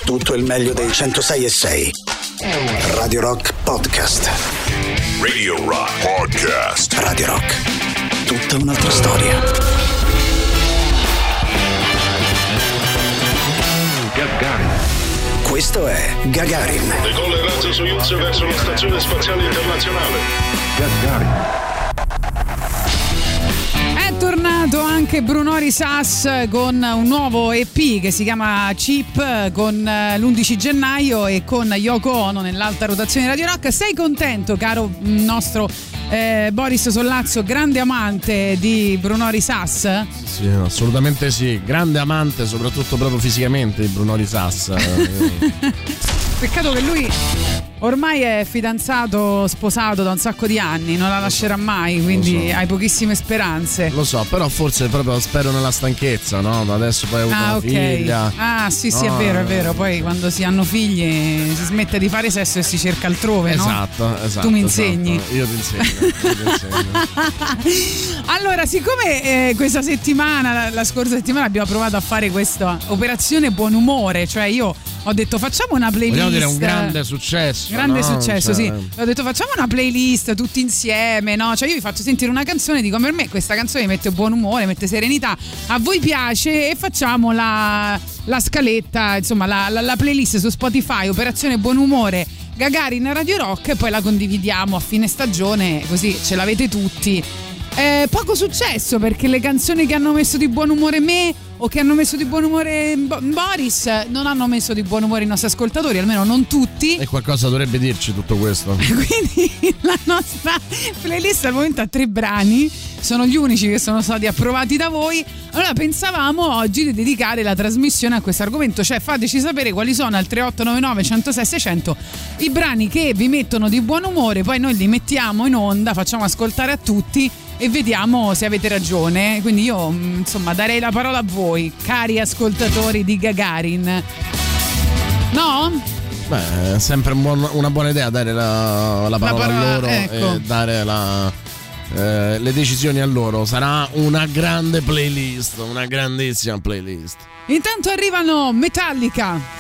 tutto il meglio dei 106.6. Radio Rock Podcast. Radio Rock Podcast. Radio Rock. Tutta un'altra storia. Gagarin. Questo è Gagarin. Decolla il razzo Soyuz verso la Stazione Spaziale Internazionale. Gagarin. È tornato anche Brunori Sass con un nuovo EP che si chiama Chip, con l'11 gennaio e con Yoko Ono nell'alta rotazione di Radio Rock. Sei contento, caro nostro Boris Sollazzo, grande amante di Brunori Sass? Sì, assolutamente sì, grande amante soprattutto proprio fisicamente di Brunori Sass. Peccato che lui ormai è fidanzato, sposato da un sacco di anni, non la lascerà mai, quindi hai pochissime speranze. Lo so, però forse proprio spero nella stanchezza, no? Adesso poi ho avuto una figlia. Ah, sì, è vero. Poi quando si hanno figli si smette di fare sesso e si cerca altrove, no? Esatto. Tu mi insegni. Esatto. Io ti insegno. Allora, siccome questa settimana, la scorsa settimana abbiamo provato a fare questa operazione buon umore, cioè io ho detto facciamo una playlist. Vogliamo dire un grande successo. Grande no? successo, cioè... sì. Ho detto facciamo una playlist tutti insieme, no? Cioè io vi faccio sentire una canzone, dico per me questa canzone mette buon umore, mette serenità, a voi piace, e facciamo la scaletta, insomma la playlist su Spotify, operazione buon umore Gagarin Radio Rock, e poi la condividiamo a fine stagione, così ce l'avete tutti. Poco successo, perché le canzoni che hanno messo di buon umore me o che hanno messo di buon umore Boris non hanno messo di buon umore i nostri ascoltatori, almeno non tutti. E qualcosa dovrebbe dirci tutto questo. Quindi la nostra playlist al momento ha 3 brani, sono gli unici che sono stati approvati da voi. Allora pensavamo oggi di dedicare la trasmissione a questo argomento, cioè fateci sapere quali sono al 3899 106 600 i brani che vi mettono di buon umore, poi noi li mettiamo in onda, facciamo ascoltare a tutti e vediamo se avete ragione. Quindi io insomma darei la parola a voi, cari ascoltatori di Gagarin. No? Beh, è sempre una buona idea dare la parola a loro, ecco. E dare le decisioni a loro. Sarà una grande playlist, una grandissima playlist. Intanto arrivano Metallica.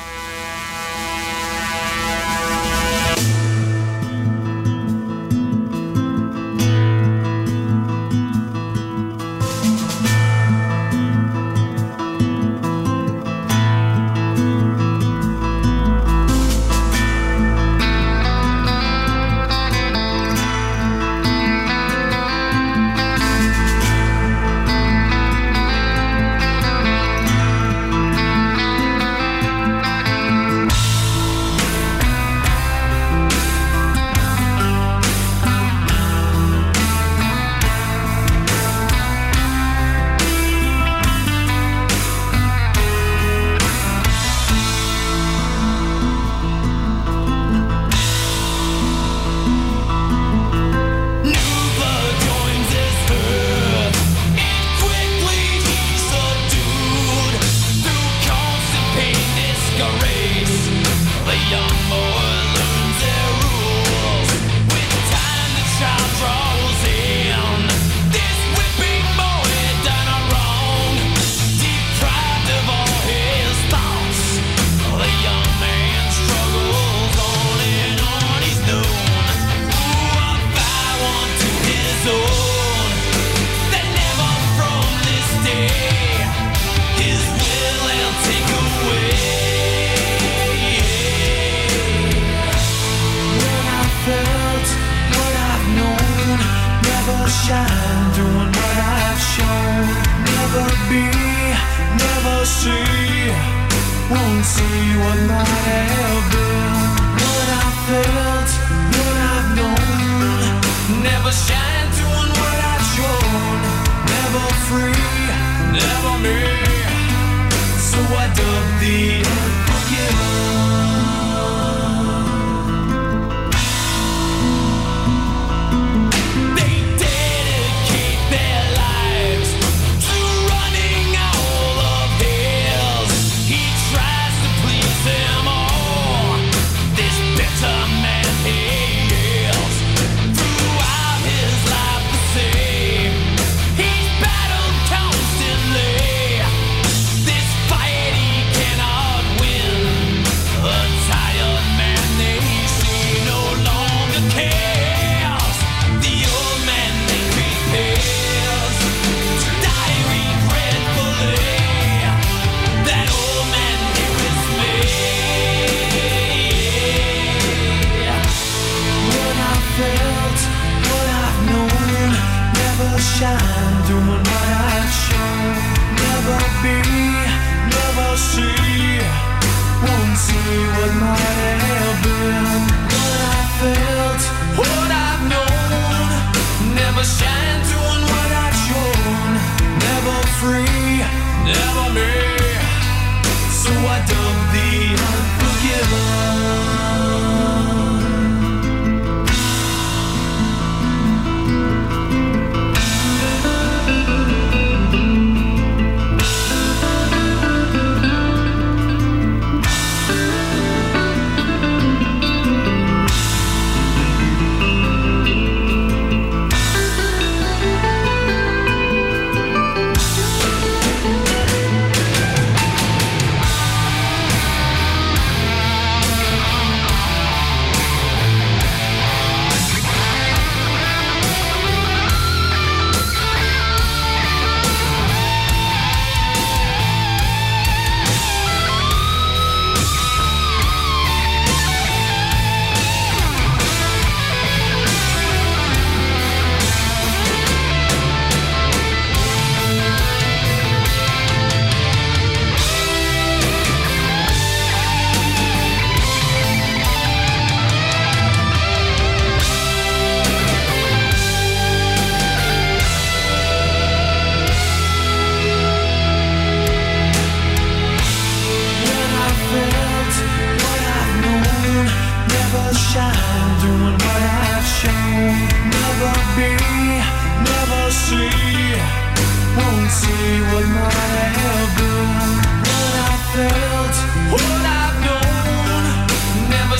This fight he cannot win.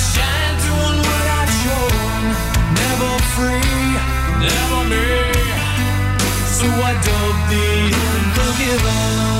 shine through what I've shown. Never free, never me. So I dub the unforgiven.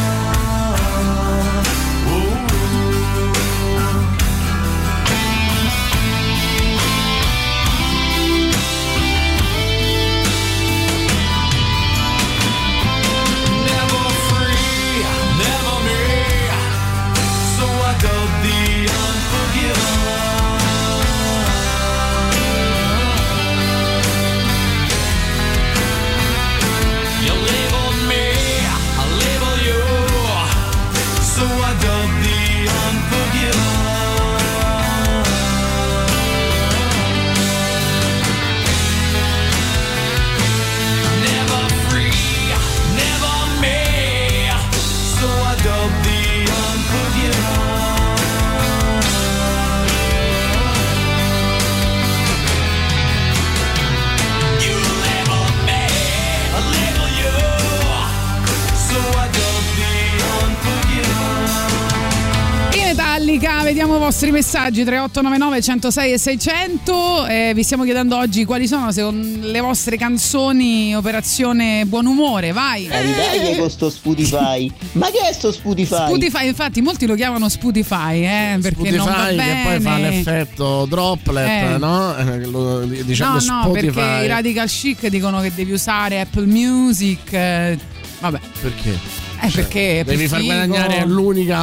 Vediamo i vostri messaggi 3899 106 e 600. Vi stiamo chiedendo oggi quali sono le vostre canzoni operazione buon umore. Vai. Dai con sto Spotify. Ma che è sto Spotify? Spotify, infatti molti lo chiamano Spotify, perché Spotify, non va bene. Che poi fa l'effetto droplet, no? Diciamo no, Spotify. Perché i Radical Chic dicono che devi usare Apple Music. Vabbè. Perché? Perché devi far guadagnare l'unica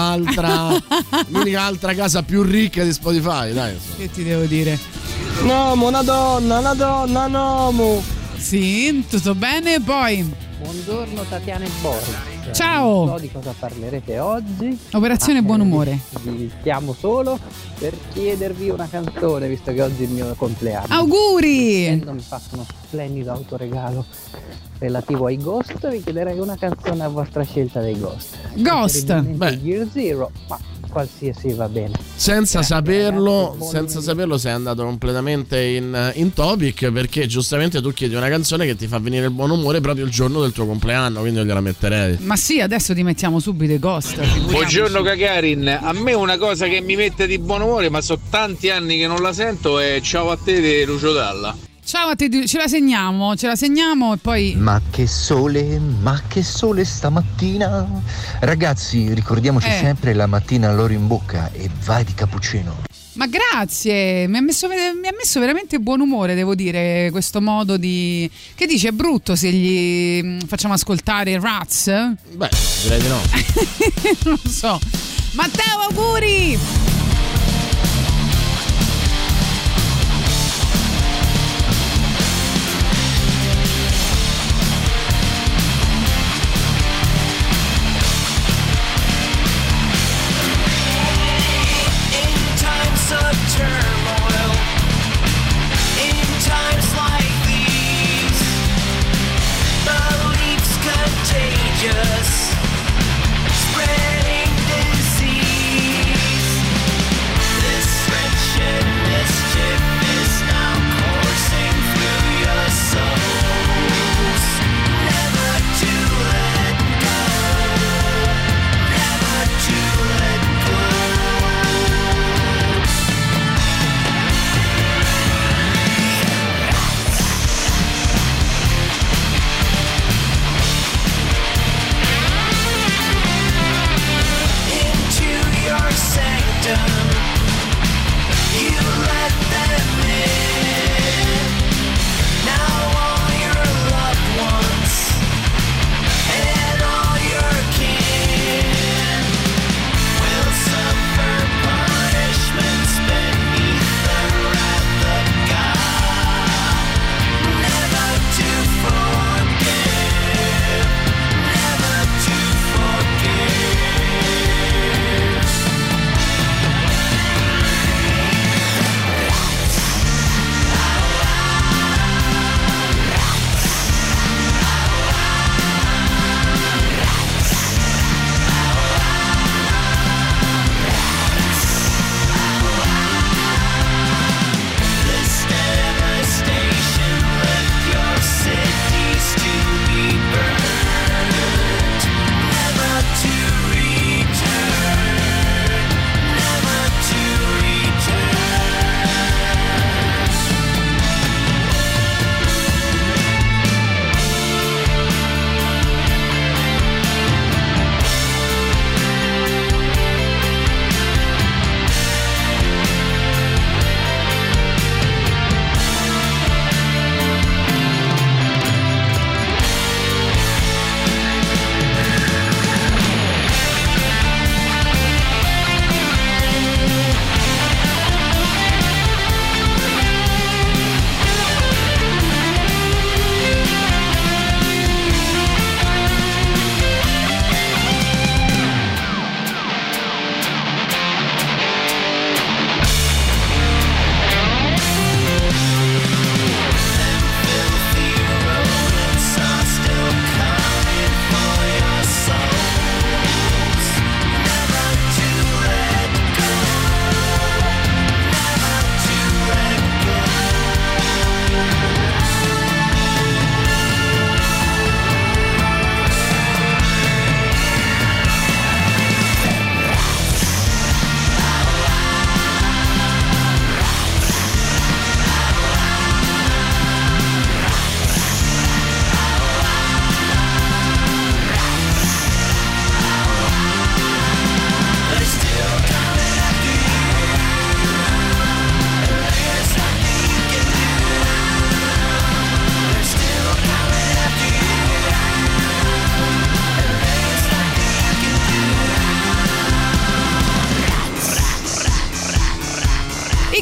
altra casa più ricca di Spotify, dai. Che ti devo dire? No, una donna, no. Sì, tutto bene, poi. Buongiorno Tatiana e Boris. Ciao. Non so di cosa parlerete oggi. Operazione buon umore. Vi chiamo solo per chiedervi una canzone, visto che oggi è il mio compleanno. Auguri! Mi fatto uno splendido autoregalo relativo ai Ghost, vi chiederei una canzone a vostra scelta dei Ghost. Beh. Year Zero, ma qualsiasi va bene. Senza saperlo sei andato completamente in topic, perché giustamente tu chiedi una canzone che ti fa venire il buon umore proprio il giorno del tuo compleanno, quindi io gliela metterei. Ma sì, adesso ti mettiamo subito i Ghost. Buongiorno Gagarin, a me una cosa che mi mette di buon umore, ma so tanti anni che non la sento, è Ciao a te di Lucio Dalla. Ciao a te, ce la segniamo e poi... Ma che sole stamattina. Ragazzi, ricordiamoci sempre la mattina l'oro in bocca e vai di cappuccino. Ma grazie, mi ha messo veramente buon umore, devo dire, questo modo di... Che dici, è brutto se gli facciamo ascoltare Rats? Beh, direi di no. Non lo so. Matteo, auguri! Turmoil in times like these, beliefs contagious, spreading disease.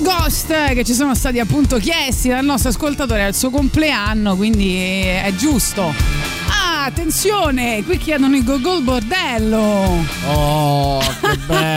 Ghost, che ci sono stati appunto chiesti dal nostro ascoltatore al suo compleanno, quindi è giusto. Attenzione, qui chiedono il Gogol Bordello. Oh, che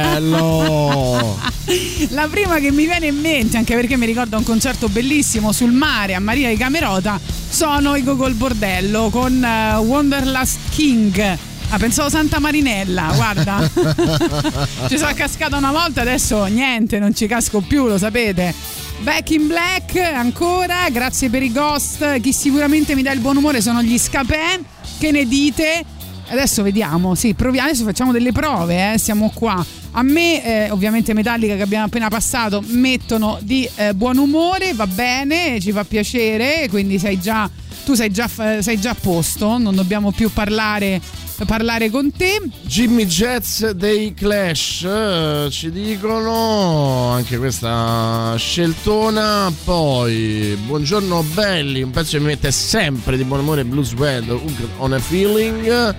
bello! La prima che mi viene in mente, anche perché mi ricorda un concerto bellissimo sul mare a Maria di Camerota, sono i Gogol Bordello con Wanderlust King. Pensavo Santa Marinella, guarda. Ci sono cascata una volta, adesso niente, non ci casco più, lo sapete. Back in Black ancora, grazie per i Ghost. Chi sicuramente mi dà il buon umore sono gli Scapin. Che ne dite? Adesso vediamo, sì, proviamo, adesso facciamo delle prove, siamo qua. A me ovviamente Metallica, che abbiamo appena passato, mettono di buon umore, va bene, ci fa piacere, quindi tu sei già a posto, non dobbiamo più parlare con te. Jimmy Jazz dei Clash, ci dicono, anche questa sceltona. Poi buongiorno belli, un pezzo che mi mette sempre di buon umore, Blues Weather on a Feeling.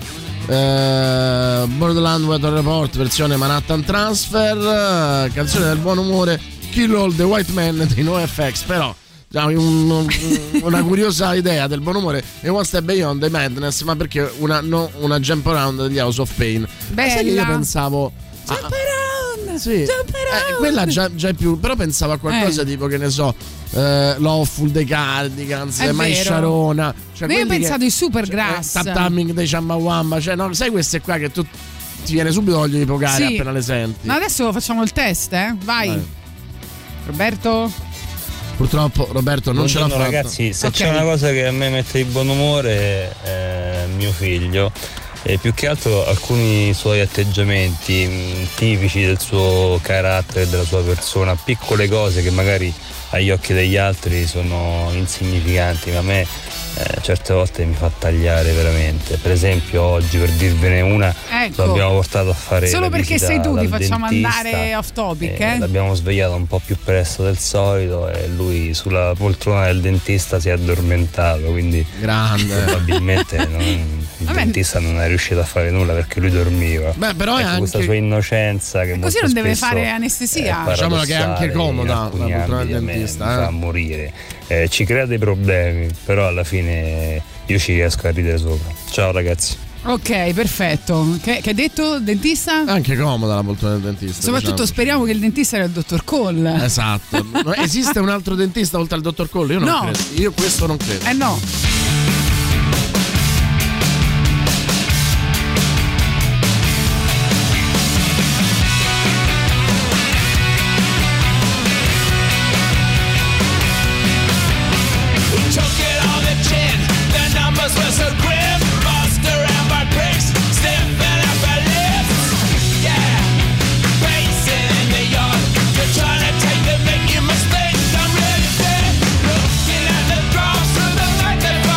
Borderland Weather Report versione Manhattan Transfer, canzone del buon umore, Kill All the White Man dei NoFX. Però una curiosa idea del buon umore e One Step Beyond the Madness, ma perché una Jump Around degli House of Pain? Bella. Sai che io pensavo Jump Around, sì, Jump Around. Quella già è più, però pensavo a qualcosa tipo, che ne so, Lawful dei Cardigans, Mai Sharona, cioè io ho pensato ai Supergrass, Tap Tamming dei Chumbawamba, cioè no, sai queste qua che tu ti viene subito voglia di pogare appena le senti. Ma adesso facciamo il test, vai. Roberto? Purtroppo Roberto non ce l'ha fatta. Ragazzi, se c'è una cosa che a me mette di buon umore è mio figlio, e più che altro alcuni suoi atteggiamenti tipici del suo carattere, della sua persona, piccole cose che magari agli occhi degli altri sono insignificanti, ma a me certe volte mi fa tagliare veramente. Per esempio oggi, per dirvene una, lo abbiamo portato a fare solo perché sei tu, ti facciamo dentista, andare off topic, l'abbiamo svegliato un po' più presto del solito e lui sulla poltrona del dentista si è addormentato, quindi grande, probabilmente il dentista non è riuscito a fare nulla perché lui dormiva. Beh, però è anche questa sua innocenza che così non deve fare anestesia, diciamo che è anche comoda la poltrona del dentista, fa morire. Ci crea dei problemi, però alla fine io ci riesco a ridere sopra. Ciao ragazzi. Ok, perfetto. Che hai detto, dentista? Anche comoda la poltrona del dentista. Soprattutto speriamo che il dentista era il dottor Cole. Esatto. Esiste un altro dentista oltre al dottor Cole? Io non credo. Io questo non credo. No. Looking at the grass through the light that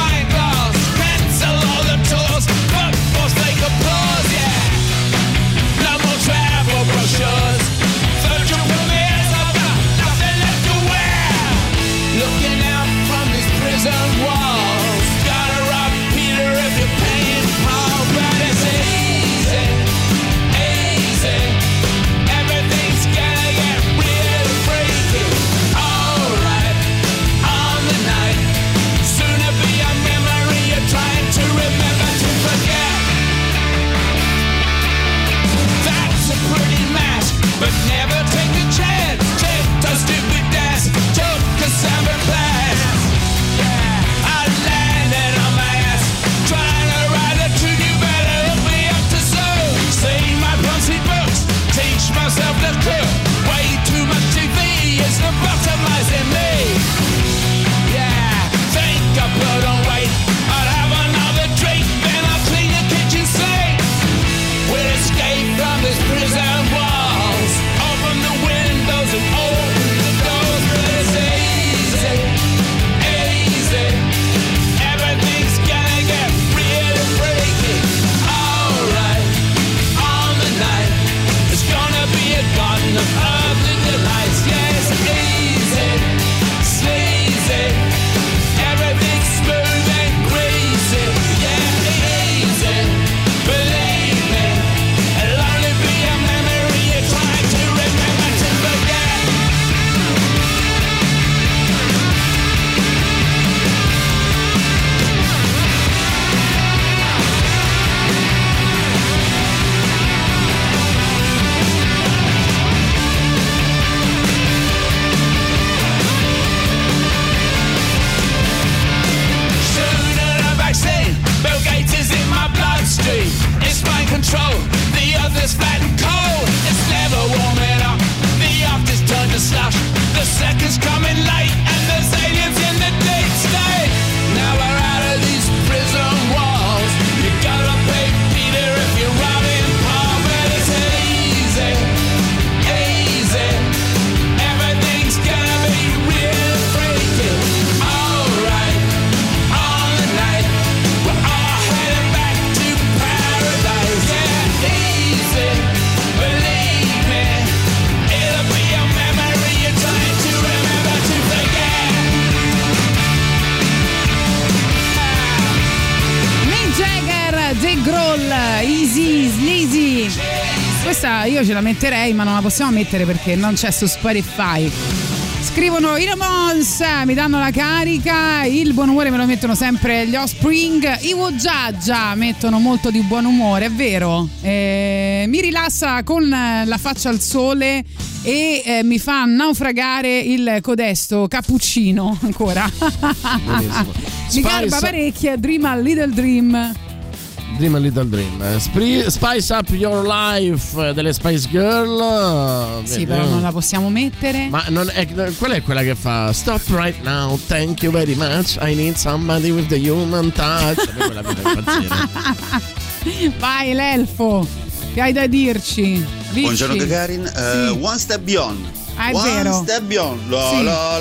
questa io ce la metterei, ma non la possiamo mettere perché non c'è su Spotify. Scrivono i Ramones, mi danno la carica, il buon umore me lo mettono sempre gli Offspring, i Wojajja mettono molto di buon umore, è vero, mi rilassa con la faccia al sole e mi fa naufragare il codesto cappuccino ancora. Mi garba parecchio, Dream a Little Dream. Dream a Little Dream. Spice Up Your Life delle Spice Girl. Sì, però non la possiamo mettere. Ma non è, quella è quella che fa Stop right now, thank you very much, I need somebody with the human touch. Quella mi fa impazzire. Vai l'elfo, che hai da dirci? Ricci. Buongiorno Gagarin, Sì. One Step Beyond. È One vero. Step Beyond. Sì.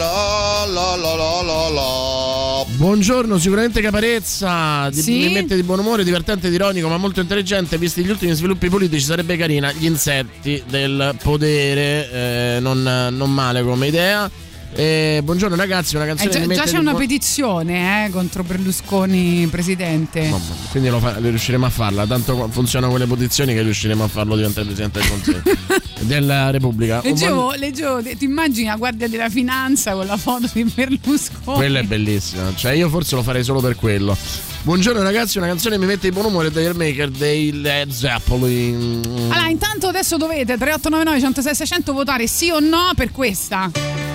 Buongiorno, sicuramente Caparezza. Sì. Mi mette di buon umore, divertente ed ironico, ma molto intelligente. Visti gli ultimi sviluppi politici, sarebbe carina. Gli insetti del potere, non male come idea. Buongiorno ragazzi, una canzone già, mi mette c'è una petizione contro Berlusconi presidente. quindi lo riusciremo a farla. Tanto funzionano quelle posizioni che riusciremo a farlo diventare presidente del Consiglio della Repubblica. Leggevo, ti immagini la Guardia della Finanza con la foto di Berlusconi? Quella è bellissima, cioè io forse lo farei solo per quello. Buongiorno ragazzi, una canzone mi mette di buon umore, degli Maker dei Led Zeppelin. Allora, intanto adesso dovete 3899 106 600 votare sì o no per questa.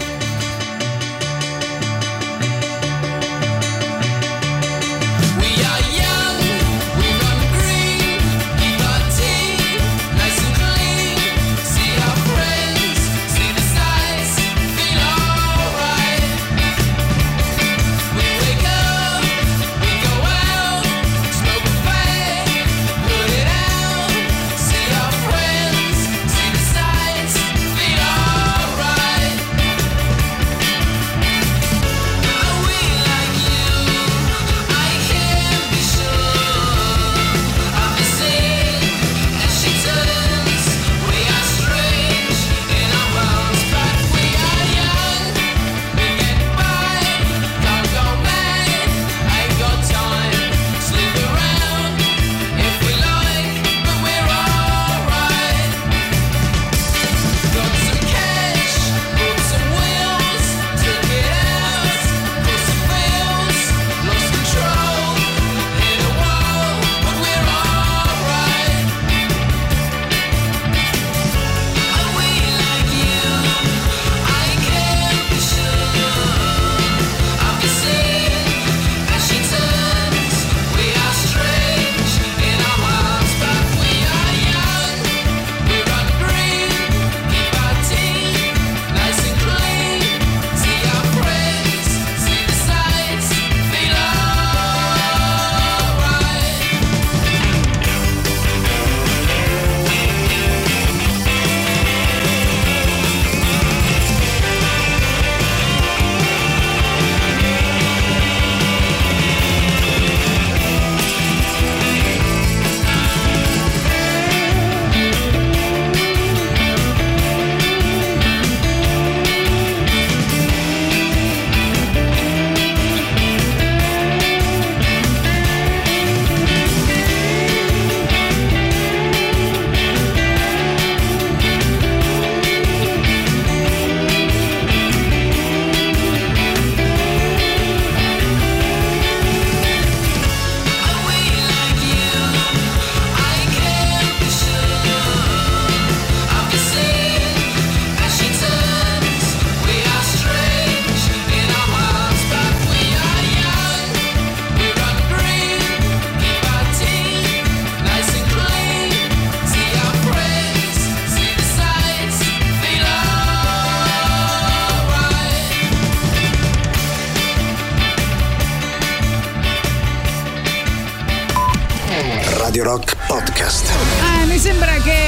Radio Rock Podcast. Mi sembra che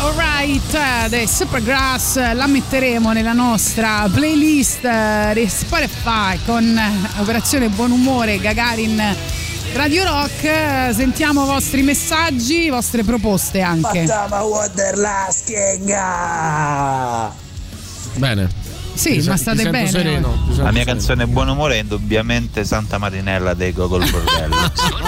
Alright dei Supergrass la metteremo nella nostra playlist di Spotify con Operazione Buon Umore Gagarin Radio Rock. Sentiamo i vostri messaggi, vostre proposte anche. Bene. Sì, ma state bene. Sereno, la mia canzone buon umore è indubbiamente Santa Marinella dei Gogol Bordello.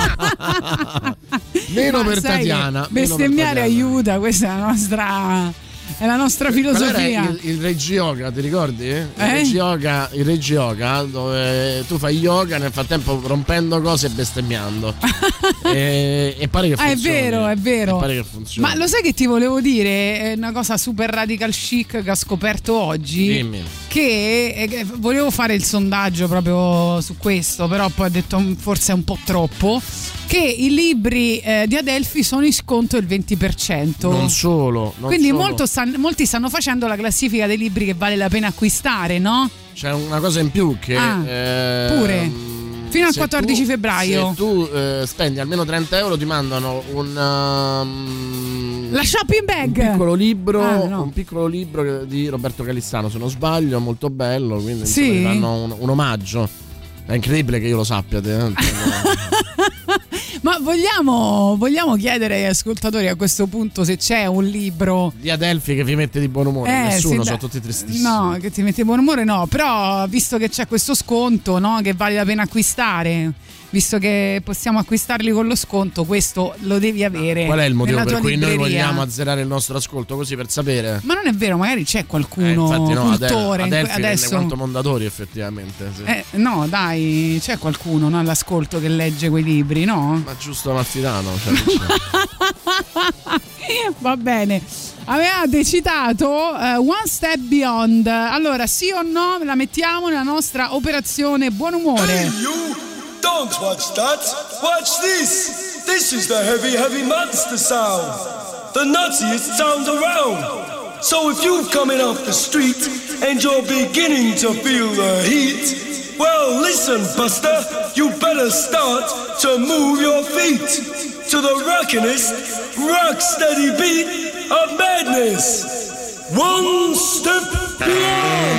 Meno per Tatiana. Bestemmiare aiuta, questa è la nostra filosofia. Il Rage Yoga, ti ricordi? Il Rage Yoga, dove tu fai yoga nel frattempo rompendo cose e bestemmiando. e pare che funzioni. È vero. Pare che funzioni. Ma lo sai che ti volevo dire? È una cosa super radical chic che ho scoperto oggi. Dimmi. Che volevo fare il sondaggio proprio su questo, però poi ho detto forse è un po' troppo. Che i libri di Adelphi sono in sconto il 20%. Non solo. Quindi molti stanno facendo la classifica dei libri che vale la pena acquistare, no? C'è una cosa in più che pure fino al 14 febbraio. Se tu spendi almeno 30 euro ti mandano la shopping bag, un piccolo libro di Roberto Calissano, se non sbaglio, molto bello, quindi sì? Insomma, ti danno un omaggio. È incredibile che io lo sappia. Ma vogliamo chiedere agli ascoltatori a questo punto se c'è un libro di Adelphi che vi mette di buon umore? Nessuno, sono tutti tristissimi. No, che ti mette di buon umore no, però visto che c'è questo sconto, no, che vale la pena acquistare, visto che possiamo acquistarli con lo sconto, questo lo devi avere. Qual è il motivo per cui libreria? Noi vogliamo azzerare il nostro ascolto così per sapere? Ma non è vero, magari c'è qualcuno infatti no, cultore Adelphi adesso quanto Mondadori effettivamente sì. No dai, c'è qualcuno, no, all'ascolto che legge quei libri, no? Ma giusto Martitano Va bene. Avevate citato One Step Beyond. Allora, sì o no la mettiamo nella nostra operazione buon umore? Hey you, don't watch that, watch this. This is the heavy monster sound, the nuttiest sound around. So if you're coming off the street and you're beginning to feel the heat, well listen Buster, you better start to move your feet to the rockinest, rock steady beat of madness. One step beyond.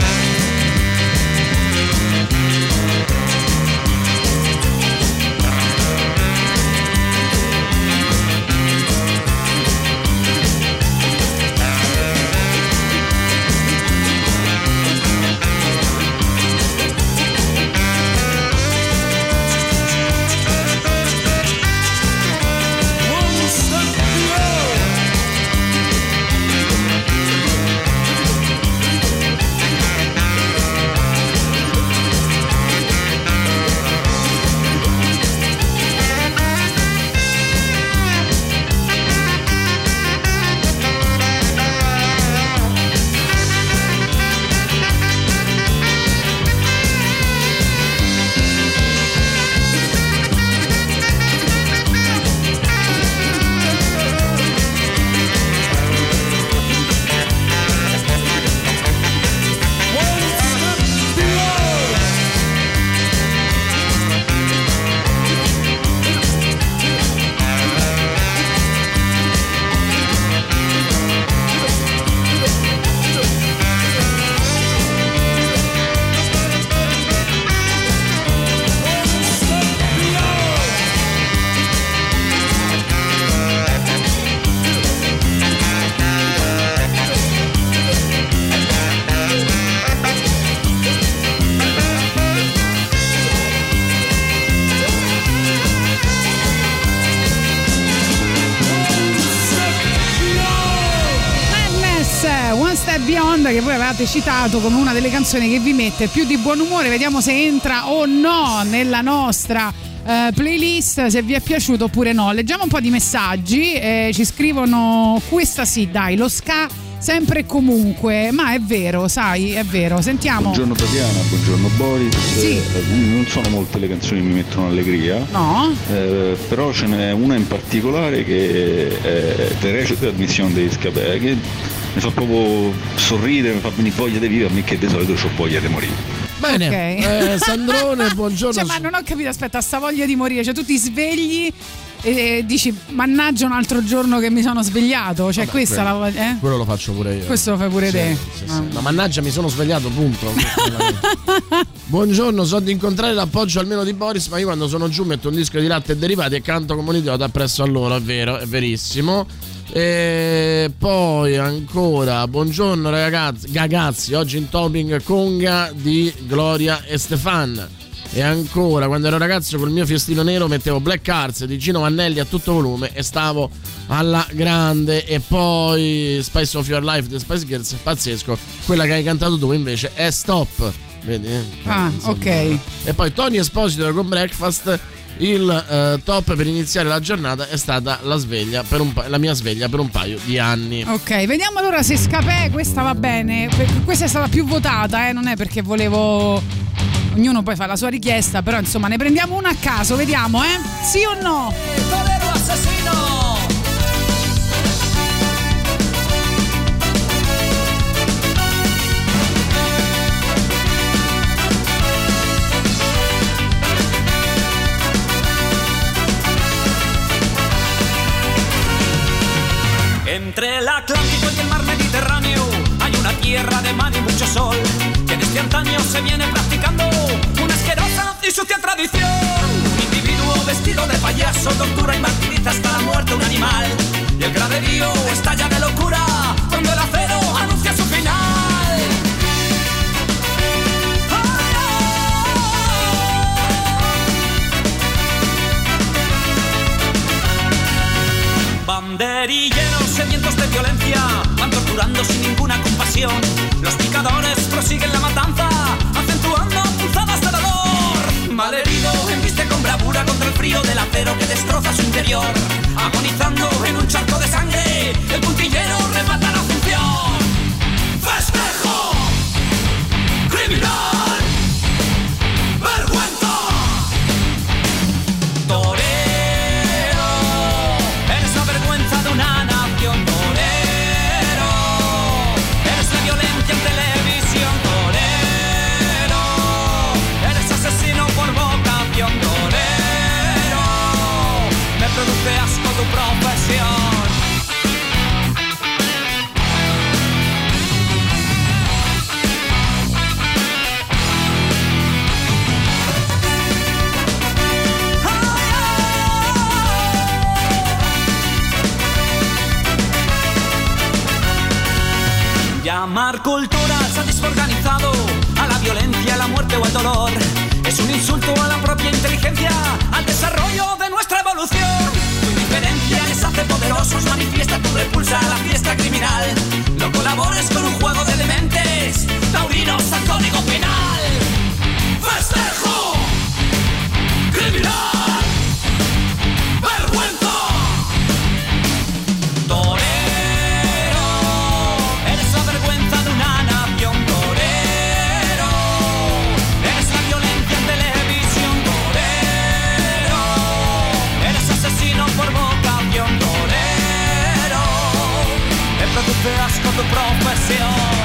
Beyond, che voi avevate citato come una delle canzoni che vi mette più di buon umore. Vediamo se entra o no nella nostra playlist, se vi è piaciuto oppure no. Leggiamo un po' di messaggi. Ci scrivono: questa sì, dai, lo ska sempre e comunque. Ma è vero, sai, è vero. Sentiamo. Buongiorno Tatiana, buongiorno Boris. Sì. Non sono molte le canzoni che mi mettono allegria. No. Però ce n'è una in particolare che è The Recite Admission degli Scapè, che mi fa proprio sorridere, mi fa venire voglia di vivere, a me che di solito ho voglia di morire. Bene, okay. Sandrone, buongiorno. Cioè, ma non ho capito, aspetta, sta voglia di morire, cioè tu ti svegli e dici mannaggia un altro giorno che mi sono svegliato, cioè vabbè, questa quello, la voglia, quello lo faccio pure io. Questo lo fai pure te. Sì. Ma mannaggia mi sono svegliato, punto. Buongiorno, so di incontrare l'appoggio almeno di Boris, ma io quando sono giù metto un disco di latte e derivati e canto come un idiota appresso a loro, è vero, è verissimo. E poi ancora buongiorno ragazzi, oggi in topping conga di Gloria e Stefan. E ancora, quando ero ragazzo col mio fiestino nero mettevo Black Hearts di Gino Vannelli a tutto volume e stavo alla grande. E poi Spice of Your Life The Spice Girls, pazzesco. Quella che hai cantato tu invece è Stop, vedi? Ok. E poi Tony Esposito con Breakfast. Il top per iniziare la giornata è stata la mia sveglia per un paio di anni. Ok, vediamo allora se Scapè, questa va bene. Questa è stata più votata, non è perché volevo. Ognuno poi fa la sua richiesta, però insomma ne prendiamo una a caso, vediamo, sì o no? Torero asesino. Entre el Atlántico y el mar Mediterráneo hay una tierra de mar y mucho sol, que desde antaño se viene practicando una asquerosa y sucia tradición. Un individuo vestido de payaso tortura y martiriza hasta la muerte un animal, y el graderío estalla de locura cuando el acero anuncia su final. Banderilleros sedientos de violencia van torturando sin ninguna compasión. Los picadores prosiguen la matanza, acentuando punzadas de dolor. Malherido embiste con bravura contra el frío del acero que destroza su interior. Agonizando en un charco de sangre, el puntillero remata la función. ¡Festejo! ¡Criminal! ¡Vergüenza! Produce asco tu profesión. Llamar cultura al sadismo organizado, a la violencia, a la muerte o al dolor, es un insulto a la propia inteligencia, al desarrollo de nuestra evolución. Tu indiferencia les hace poderosos, manifiesta tu repulsa a la fiesta criminal. No colabores con un juego de dementes, taurinos al código penal. ¡Festejo! ¡Criminal! ¡Vergüenza! Torero, eres la vergüenza de una nación. Torero, eres la violencia en televisión. Torero, eres asesino por vocación. Torero, me produce asco tu profesión.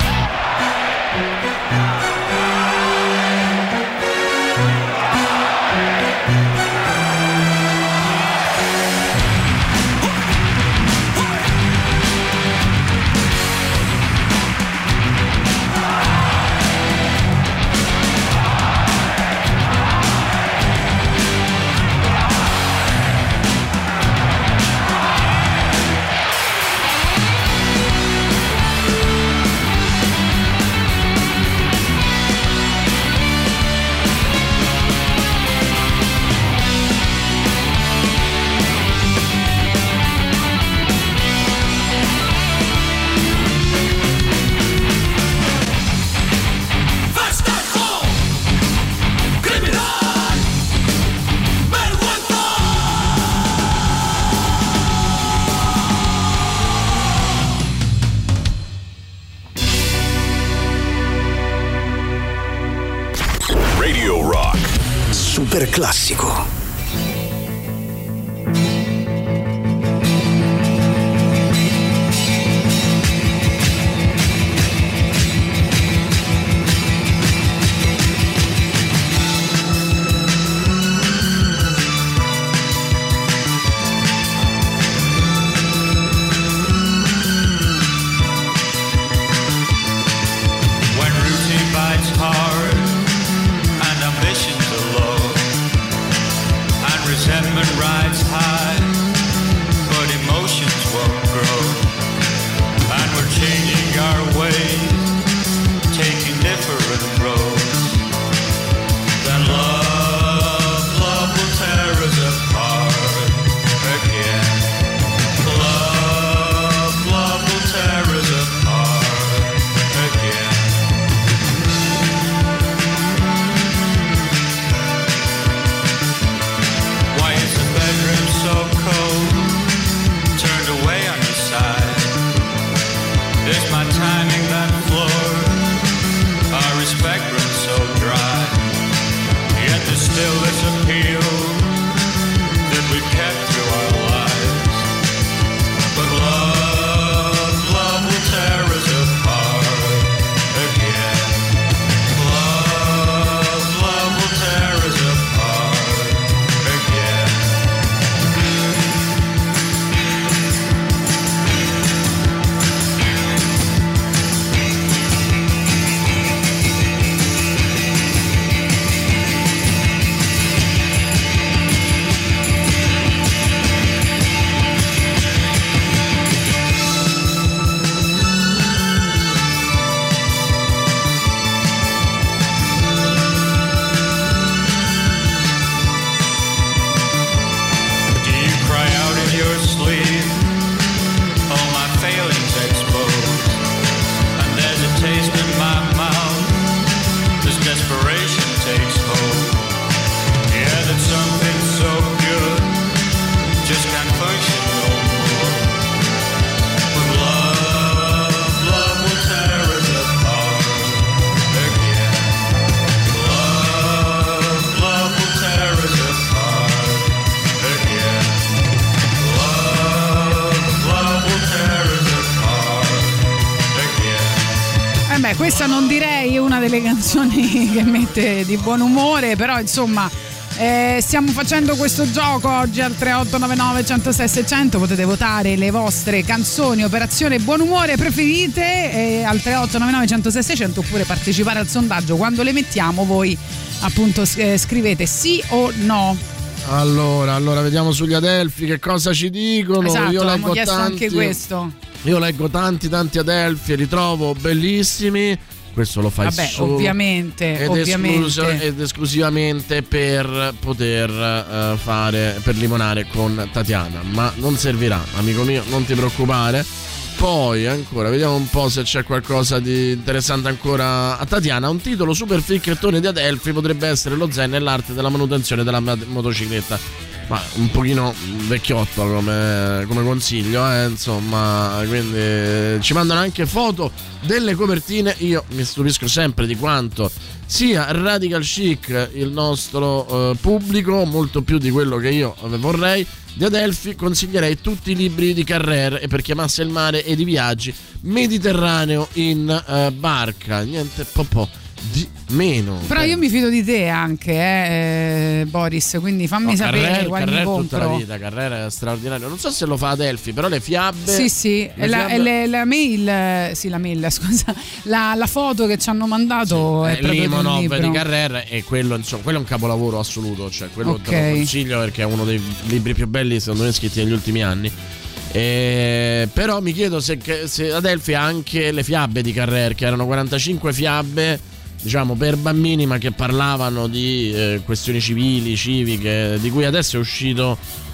Super classico. When routine bites hard and ambitions are low, different road. Then love will tear us apart again. Love will tear us apart again. Why is the bedroom so cold? Turned away on your side. Is my timing that floored? Our respect runs so dry. Yet there's still this appeal that we've kept through our lives. But love will tear us apart again. Love will tear us apart again. Do you cry out in your sleep? All my failings exposed. And there's a taste in my mouth. This desperation takes hold. Yeah, that something so good just can't function no more. But love will tear us apart again. Love will tear us apart again. Love will tear us apart again. Beh, questa non direi è una delle canzoni che mette di buon umore, però insomma stiamo facendo questo gioco oggi al 3899 106 600. Potete votare le vostre canzoni operazione buon umore preferite al 3899 106 600 oppure partecipare al sondaggio. Quando le mettiamo voi appunto scrivete sì o no. Allora vediamo sugli Adelphi che cosa ci dicono. Esatto, Io abbiamo leggo chiesto tanti, anche questo. Io leggo tanti Adelphi e li trovo bellissimi. Questo lo fai Vabbè, solo ovviamente ed esclusivamente per poter per limonare con Tatiana, ma non servirà, amico mio, non ti preoccupare. Poi ancora vediamo un po' se c'è qualcosa di interessante ancora a Tatiana. Un titolo super ficchettone di Adelphi potrebbe essere Lo Zen e l'arte della manutenzione della motocicletta. Ma un pochino vecchiotto come consiglio, insomma, quindi ci mandano anche foto delle copertine. Io mi stupisco sempre di quanto sia radical chic il nostro pubblico, molto più di quello che io vorrei. Di Adelphi consiglierei tutti i libri di Carrère e per chi amasse il mare e i viaggi Mediterraneo in barca, niente po' di meno. Però io mi fido di te anche, Boris, quindi fammi sapere quali mi compro. Tutta la vita, Carrère è straordinario. Non so se lo fa Adelphi, però le fiabe. Sì, la mail, scusa, la foto che ci hanno mandato è proprio Limonov libro di Carrère e quello, insomma, quello è un capolavoro assoluto, cioè quello te lo consiglio perché è uno dei libri più belli secondo me scritti negli ultimi anni. Però mi chiedo se Adelphi ha anche le fiabe di Carrère, che erano 45 fiabe, diciamo, per bambini, ma che parlavano di questioni civili, civiche, di cui adesso è uscito,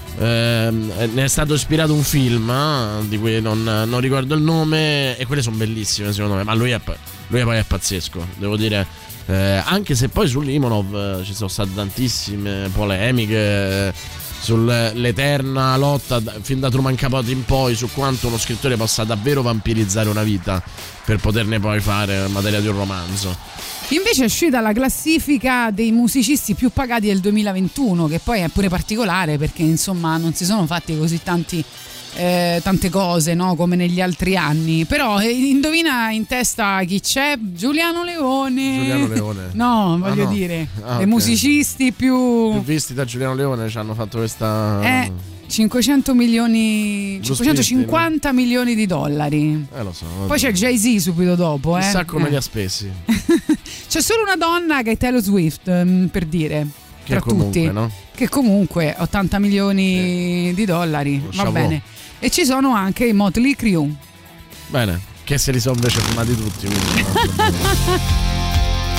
ne è stato ispirato un film di cui non ricordo il nome, e quelle sono bellissime secondo me, ma lui poi è pazzesco, devo dire, anche se poi su Limonov ci sono state tantissime polemiche sull'eterna lotta fin da Truman Capote in poi su quanto uno scrittore possa davvero vampirizzare una vita per poterne poi fare materia di un romanzo. Invece è uscita la classifica dei musicisti più pagati del 2021, che poi è pure particolare perché insomma non si sono fatti così tante cose, no, come negli altri anni. Però indovina in testa chi c'è? Giuliano Leone. No, voglio dire, okay. I musicisti più visti da Giuliano Leone ci hanno fatto questa 500 milioni, 550 milioni di dollari. Lo so. Poi c'è Jay-Z subito dopo. Chissà come li ha spesi. C'è solo una donna che è Taylor Swift, per dire. Che tra comunque, tutti, no? Che comunque 80 milioni di dollari. Va bene. E ci sono anche i Motley Crue. Bene, che se li sono invece fumati tutti.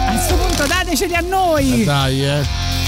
A questo punto dateceli a noi. Dai,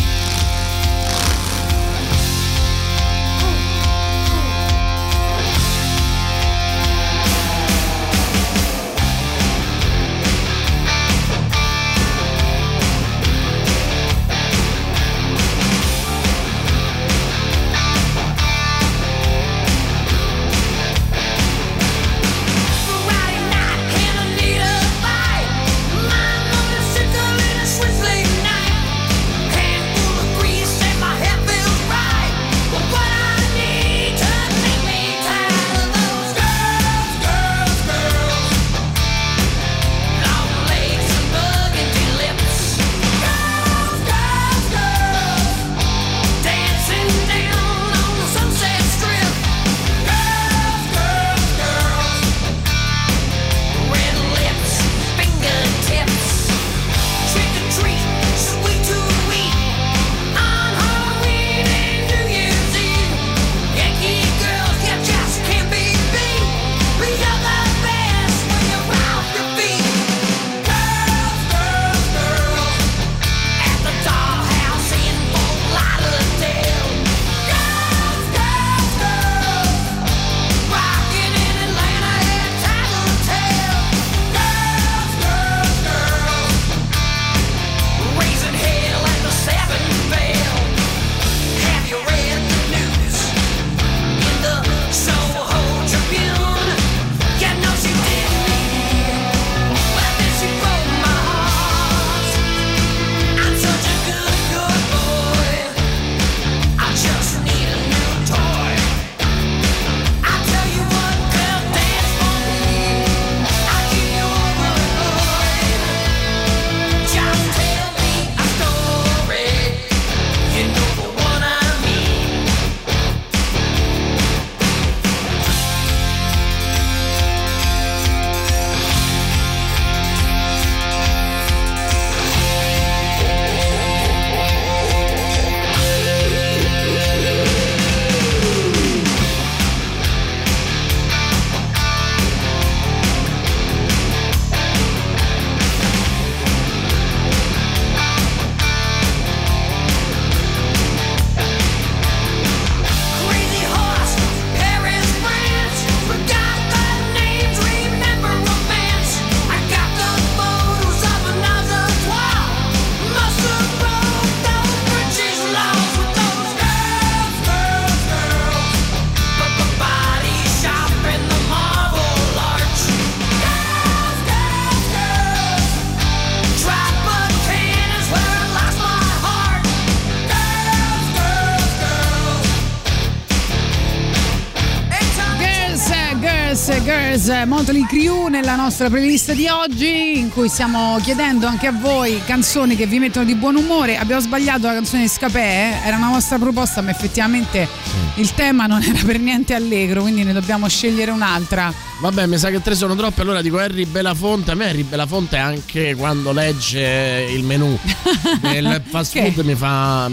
Girls, Motley Crue nella nostra playlist di oggi, in cui stiamo chiedendo anche a voi canzoni che vi mettono di buon umore. Abbiamo sbagliato la canzone di Scapè, era una vostra proposta, ma effettivamente il tema non era per niente allegro, quindi ne dobbiamo scegliere un'altra. Vabbè, mi sa che 3 sono troppe, allora dico Harry Belafonte. A me Harry Belafonte anche quando legge il menù del fast food mi fa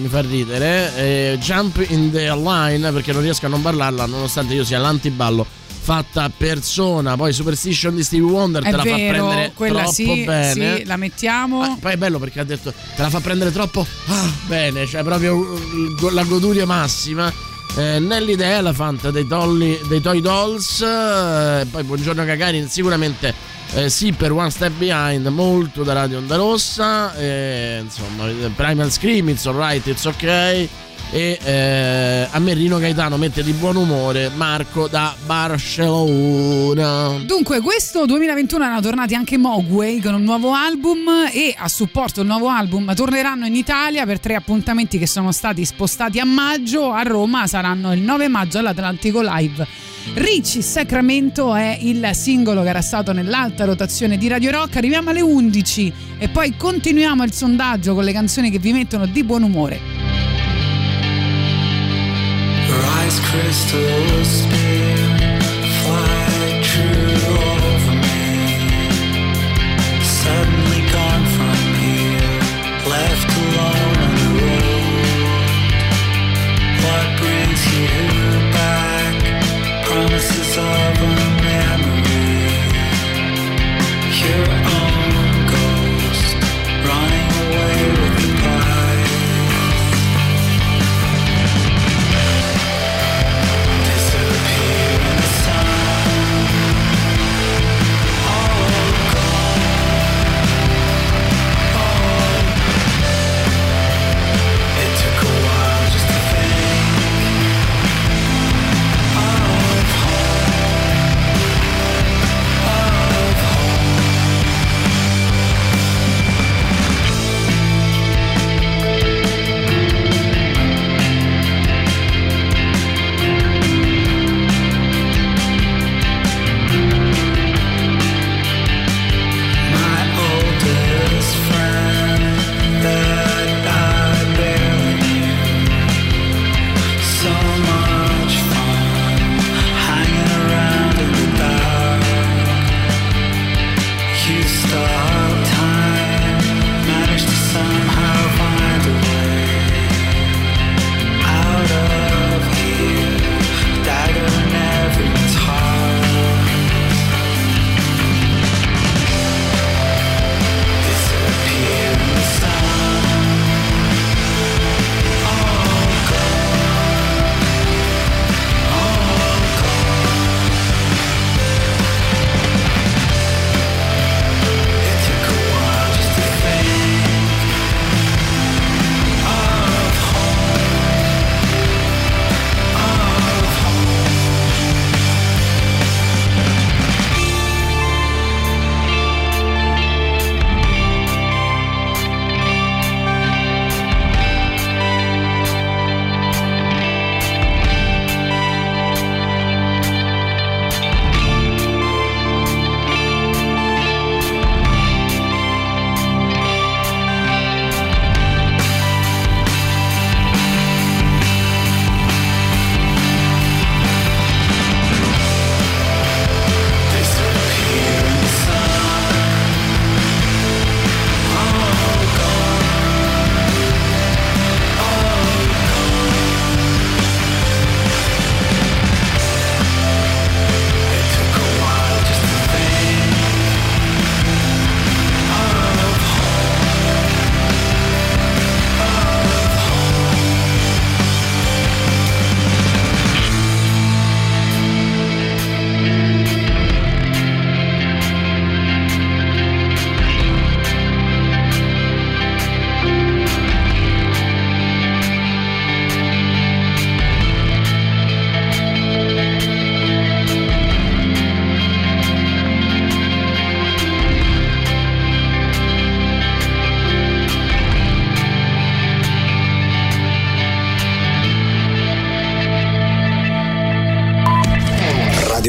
ridere. Jump in the Line, perché non riesco a non ballarla nonostante io sia l'antiballo fatta persona. Poi Superstition di Stevie Wonder te la fa prendere troppo bene. Sì, la mettiamo. Poi è bello perché ha detto te la fa prendere troppo bene, cioè proprio la goduria massima. Nell'idea Elephant dei Toy Dolls. Poi Buongiorno Gagarin sicuramente sì, per One Step Behind, molto da Radio Onda Rossa. Insomma, Primal Scream, It's Alright, It's Ok. E a me Rino Gaetano mette di buon umore Marco da Barcellona. Dunque questo 2021 erano tornati anche Mogwai con un nuovo album, e a supporto del nuovo album torneranno in Italia per 3 appuntamenti che sono stati spostati a maggio. A Roma saranno il 9 maggio all'Atlantico Live. Ricci Sacramento è il singolo che era stato nell'alta rotazione di Radio Rock. Arriviamo alle 11 e poi continuiamo il sondaggio con le canzoni che vi mettono di buon umore. Ice crystals spin, fly true over me. Suddenly gone from here, left alone on the road. What brings you back? Promises of a memory. Your own ghost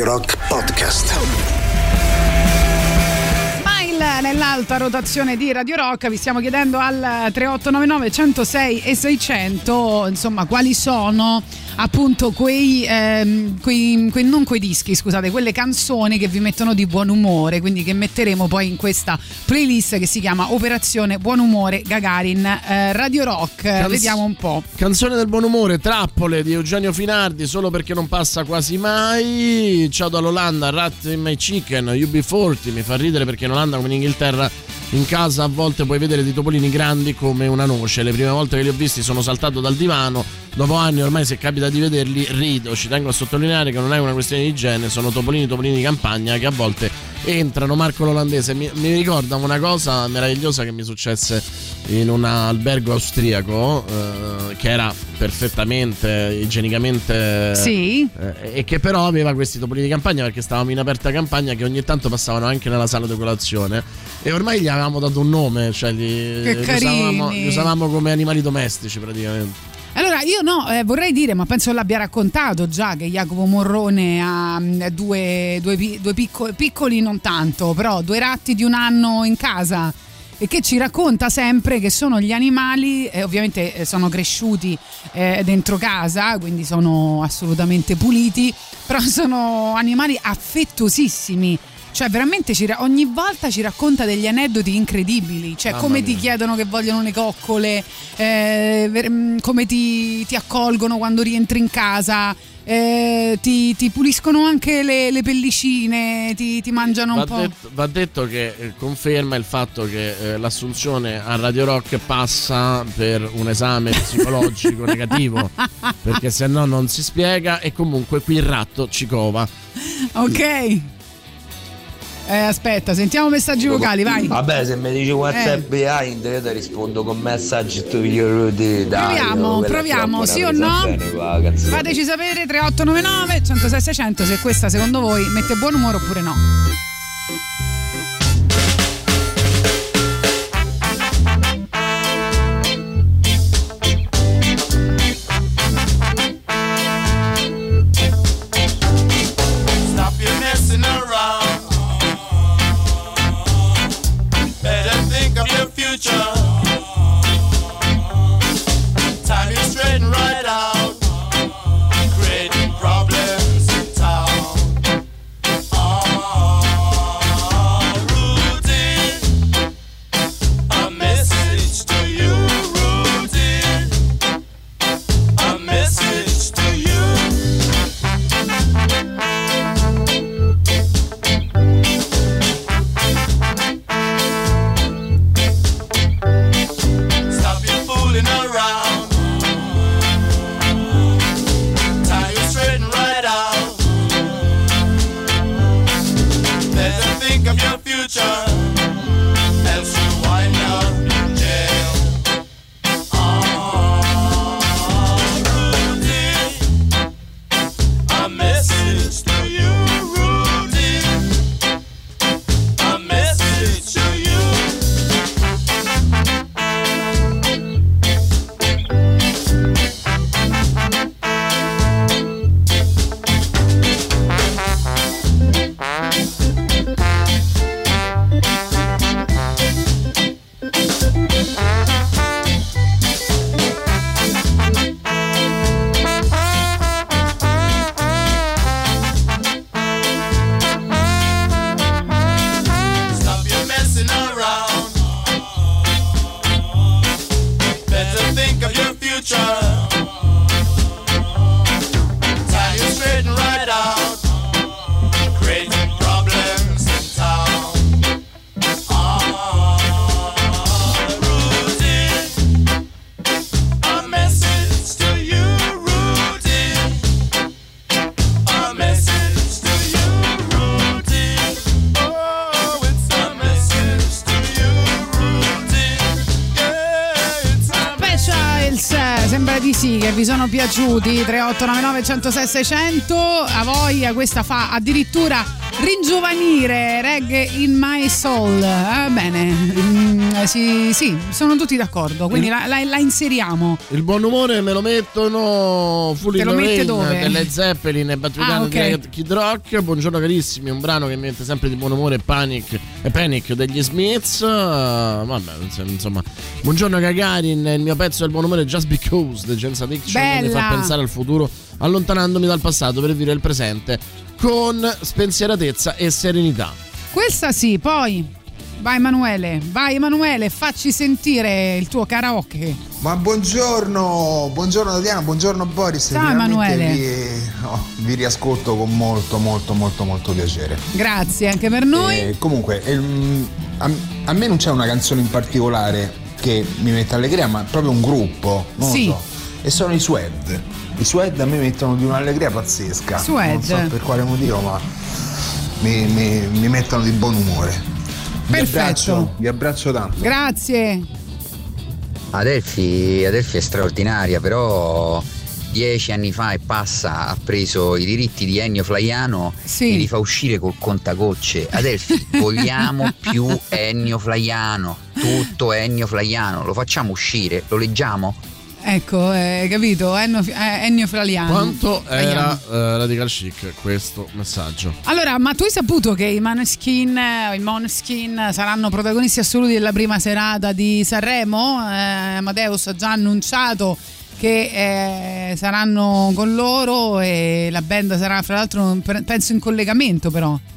Radio Rock Podcast. Nell'alta rotazione di Radio Rock vi stiamo chiedendo al 3899 106 e 600 insomma quali sono appunto non quei dischi, scusate, quelle canzoni che vi mettono di buon umore, quindi che metteremo poi in questa playlist che si chiama Operazione Buon Umore Gagarin Radio Rock. Vediamo un po'. Canzone del buon umore, Trappole di Eugenio Finardi, Solo perché non passa quasi mai. Ciao dall'Olanda, Rat in My Chicken, UB40, mi fa ridere perché in Olanda come in Inghilterra in casa a volte puoi vedere dei topolini grandi come una noce. Le prime volte che li ho visti sono saltato dal divano, dopo anni ormai se capita di vederli rido. Ci tengo a sottolineare che non è una questione di igiene, sono topolini di campagna che a volte entrano. Marco l'Olandese mi ricorda una cosa meravigliosa che mi successe in un albergo austriaco che era perfettamente igienicamente sì. E che però aveva questi topolini di campagna perché stavamo in aperta campagna che ogni tanto passavano anche nella sala di colazione e ormai gli avevamo dato un nome, cioè li usavamo come animali domestici praticamente. Allora io vorrei dire, ma penso l'abbia raccontato già, che Jacopo Morrone ha due piccoli non tanto, però 2 ratti di 1 anno in casa e che ci racconta sempre che sono gli animali, ovviamente sono cresciuti dentro casa, quindi sono assolutamente puliti, però sono animali affettuosissimi. Cioè veramente ogni volta ci racconta degli aneddoti incredibili, cioè come ti chiedono che vogliono le coccole, come ti accolgono quando rientri in casa, ti puliscono anche le pellicine, ti mangiano un po'. Va detto che conferma il fatto che l'assunzione a Radio Rock passa per un esame psicologico negativo, perché se no non si spiega e comunque qui il ratto ci cova. Ok. Aspetta, sentiamo messaggi vocali, vai. Vabbè, se mi dici WhatsApp behind, io ti rispondo con messaggi di proviamo, sì o no? Fateci sapere 3899 106 600 se questa secondo voi mette buon umore oppure no. Time is straighten right out, creating problems in town. sembra di sì, che vi sono piaciuti. 3899 106 600. A voglia, questa fa addirittura ringiovanire, Reggae in My Soul. Bene, sì, sono tutti d'accordo, quindi la inseriamo. Il buon umore me lo mettono Full in the Rain delle Zeppelin e Battery di Kid Rock. Buongiorno carissimi, un brano che mi mette sempre di buon umore, Panic degli Smiths. Vabbè, insomma, buongiorno Gagarin, il mio pezzo del buon umore Just Because The James Addiction mi fa pensare al futuro allontanandomi dal passato per vivere il presente con spensieratezza e serenità. Questa sì, poi vai Emanuele, facci sentire il tuo karaoke. Ma buongiorno Tatiana, buongiorno Boris. Ciao Emanuele. Vi riascolto con molto piacere. Grazie anche per noi. Comunque a me non c'è una canzone in particolare che mi mette allegria, ma proprio un gruppo, non lo so. E sono i Suede. I Suede a me mettono di un'allegria pazzesca. Suede. Non so per quale motivo, ma mi mettono di buon umore. Vi abbraccio tanto. Grazie. Adelphi è straordinaria, però 10 anni fa e passa ha preso i diritti di Ennio Flaiano e li fa uscire col contagocce. Adelphi, vogliamo più Ennio Flaiano, tutto Ennio Flaiano, lo facciamo uscire, lo leggiamo? Ecco, capito? Ennio Flaiano. Quanto era radical chic questo messaggio? Allora, ma tu hai saputo che i Måneskin saranno protagonisti assoluti della prima serata di Sanremo? Amadeus ha già annunciato che saranno con loro e la band sarà, fra l'altro, penso in collegamento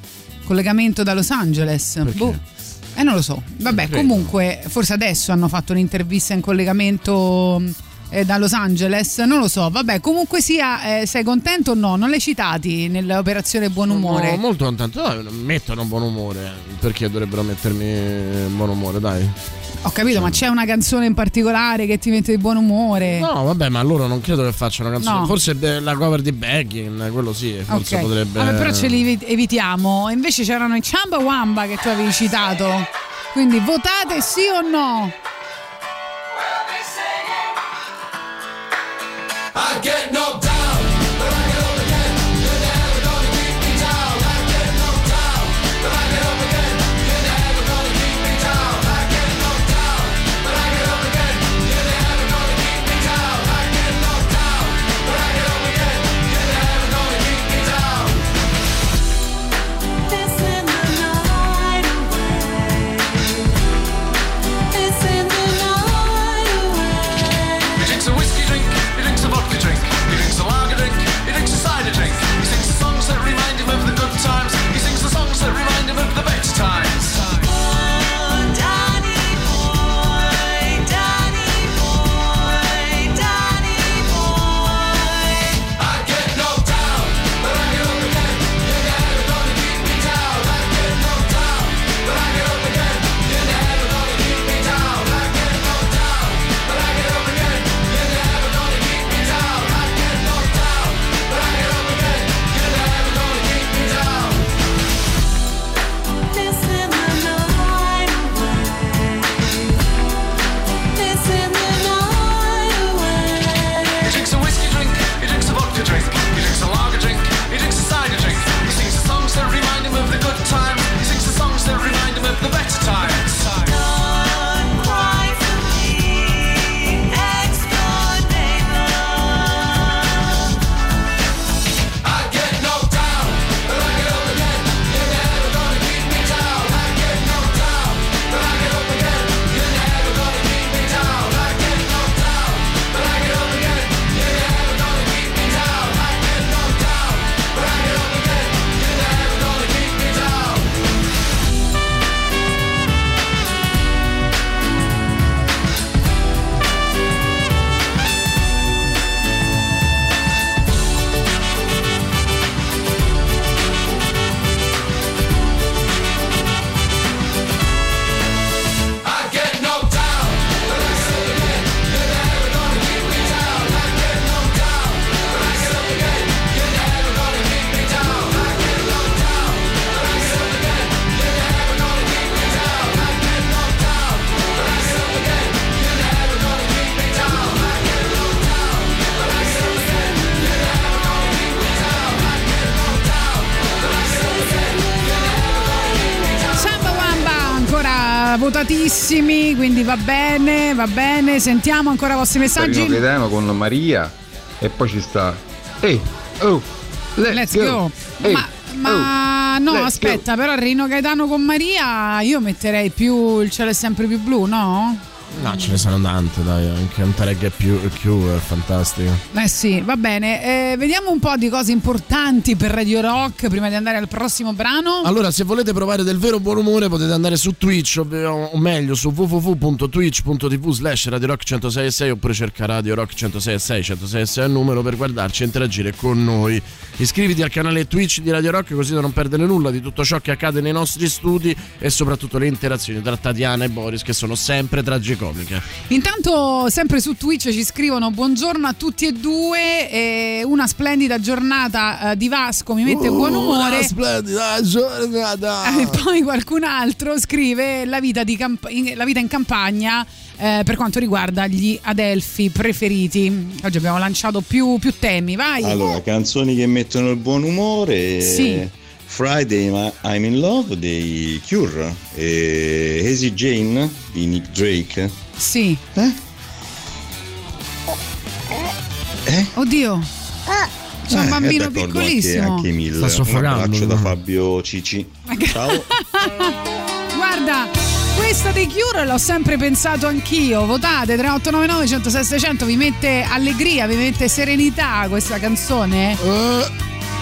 da Los Angeles. Non lo so. Vabbè, comunque, forse adesso hanno fatto un'intervista in collegamento da Los Angeles, non lo so. Vabbè, comunque sia, sei contento o no? Non l'hai citati nell'operazione buon umore? No, molto contento. Mettono buon umore, perché dovrebbero mettermi buon umore, dai. Ho capito, ma c'è una canzone in particolare che ti mette di buon umore? No, vabbè, ma loro non credo che facciano una canzone. No. Forse la cover di Beggin, quello sì, forse potrebbe. Vabbè, però ce li evitiamo. Invece c'erano i Chamba Wamba che tu avevi citato. Quindi votate sì o no? I get knocked down, but I get up again. You're never gonna keep me down. I get knocked down, but I get up again. You're never gonna keep me down. I get knocked down, but I get up again. You're never gonna keep me down. I get knocked down, but I get up again. You're never gonna keep me down. This in the night away. This in the night away. He drinks a whiskey drink, he drinks a vodka drink. votatissimi, quindi va bene, sentiamo ancora i vostri messaggi. Carino Gaetano con Maria e poi ci sta let's go. No, aspetta, però Rino Gaetano con Maria io metterei più Il cielo è sempre più blu, no? No, ce ne sono tante, dai, anche un Tarek più è fantastico. Sì, va bene. Vediamo un po' di cose importanti per Radio Rock prima di andare al prossimo brano. Allora, se volete provare del vero buon umore potete andare su Twitch, o meglio su www.twitch.tv/Radio Rock 106.6 oppure cerca Radio Rock 106.6 106.6 al numero per guardarci e interagire con noi. Iscriviti al canale Twitch di Radio Rock così da non perdere nulla di tutto ciò che accade nei nostri studi e soprattutto le interazioni tra Tatiana e Boris che sono sempre tragicomiche. Intanto sempre su Twitch ci scrivono buongiorno a tutti e due, una splendida giornata di Vasco mi mette buon umore. Una splendida giornata. E poi qualcun altro scrive la vita in campagna per quanto riguarda gli Adelphi preferiti. Oggi abbiamo lanciato più temi, vai. Allora, canzoni che mettono il buon umore. Sì. Friday I'm in Love dei Cure e Hazy Jane di Nick Drake. Sì. Oddio. C'è un bambino piccolissimo. Anche Emil. Sta Un abbraccio da Fabio Cici. Ciao. Guarda, questa dei Cure l'ho sempre pensato anch'io. Votate 3899 106 600, vi mette allegria, vi mette serenità questa canzone.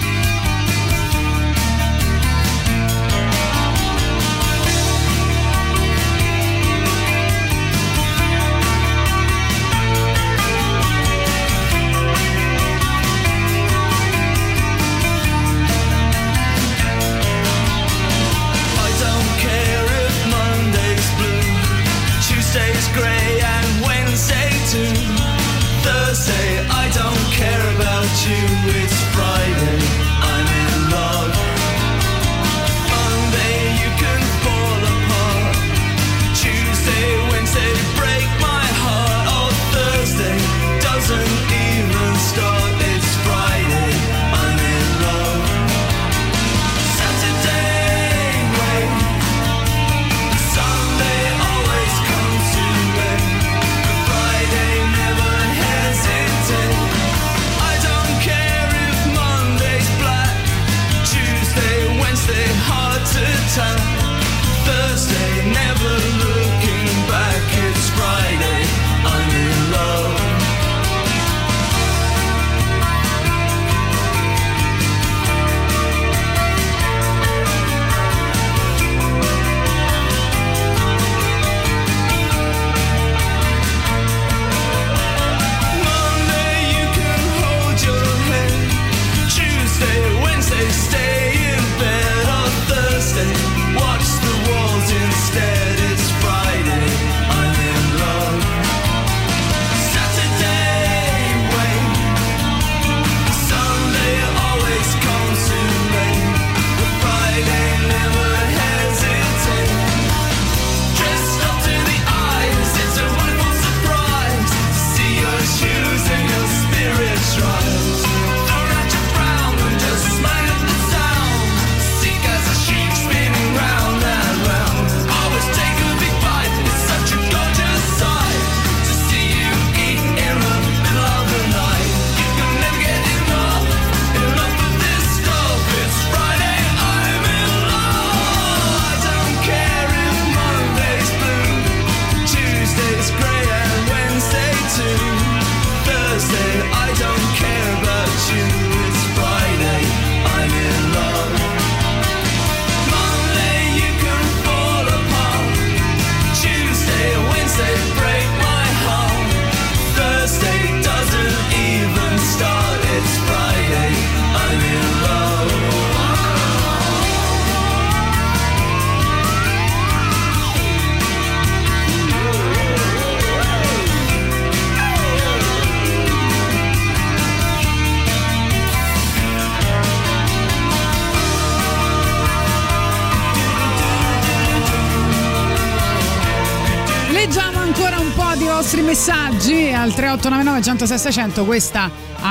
Messaggi al 3899 106 600. Questa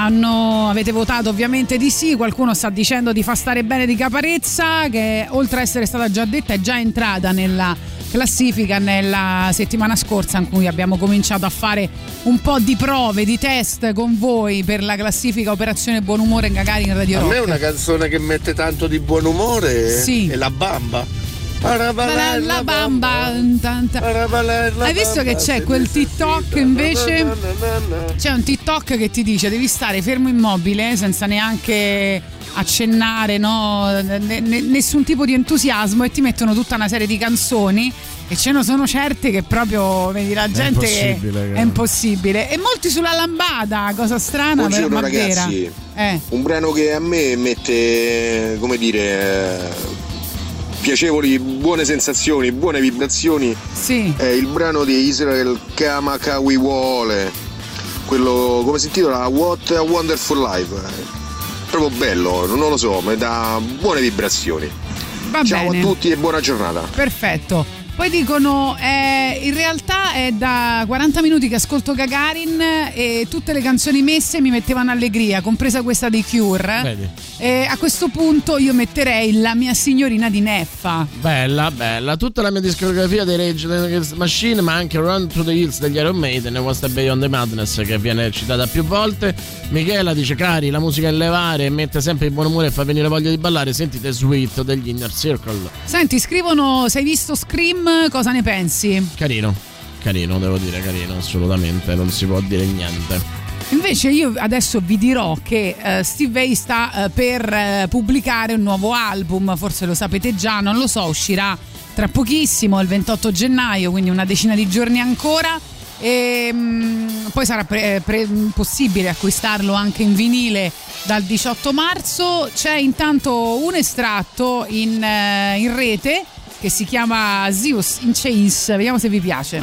avete votato ovviamente di sì. Qualcuno sta dicendo di far stare bene di Caparezza, che oltre a essere stata già detta è già entrata nella classifica nella settimana scorsa, in cui abbiamo cominciato a fare un po' di prove, di test con voi per la classifica Operazione Buon Umore Gagarin Radio Rock. A me una canzone che mette tanto di buon umore è La Bamba. La bamba. Hai visto che c'è quel TikTok invece? C'è un TikTok che ti dice devi stare fermo immobile senza neanche accennare, no? Nessun tipo di entusiasmo, e ti mettono tutta una serie di canzoni e ce ne sono certe che proprio vedi la gente è impossibile, e molti sulla lambada, cosa strana. Buongiorno ma ragazzi, vera. Un brano che a me mette, come dire, piacevoli, buone sensazioni, buone vibrazioni, è il brano di Israel Kamakawiwole, quello, come si intitola? What a Wonderful Life. Proprio bello, non lo so, mi dà buone vibrazioni. Ciao a tutti e buona giornata. Perfetto. Poi dicono in realtà è da 40 minuti che ascolto Gagarin e tutte le canzoni messe mi mettevano allegria, compresa questa dei Cure. Vedi. E a questo punto io metterei La mia signorina di Neffa. Bella, tutta la mia discografia dei Rage Against the Machine, ma anche Run to the Hills degli Iron Maiden e What's the Beyond the Madness, che viene citata più volte. Michela dice: cari, la musica è levare, mette sempre il buon umore e fa venire voglia di ballare, sentite Sweet degli Inner Circle. Senti, scrivono: sei visto Scream? Cosa ne pensi? Carino, devo dire, carino, assolutamente, non si può dire niente. Invece io adesso vi dirò che Steve Vai sta per pubblicare un nuovo album, forse lo sapete già, non lo so, uscirà tra pochissimo, il 28 gennaio, quindi una decina di giorni ancora, e poi sarà possibile acquistarlo anche in vinile dal 18 marzo. C'è intanto un estratto in rete che si chiama Zeus in Chains, vediamo se vi piace.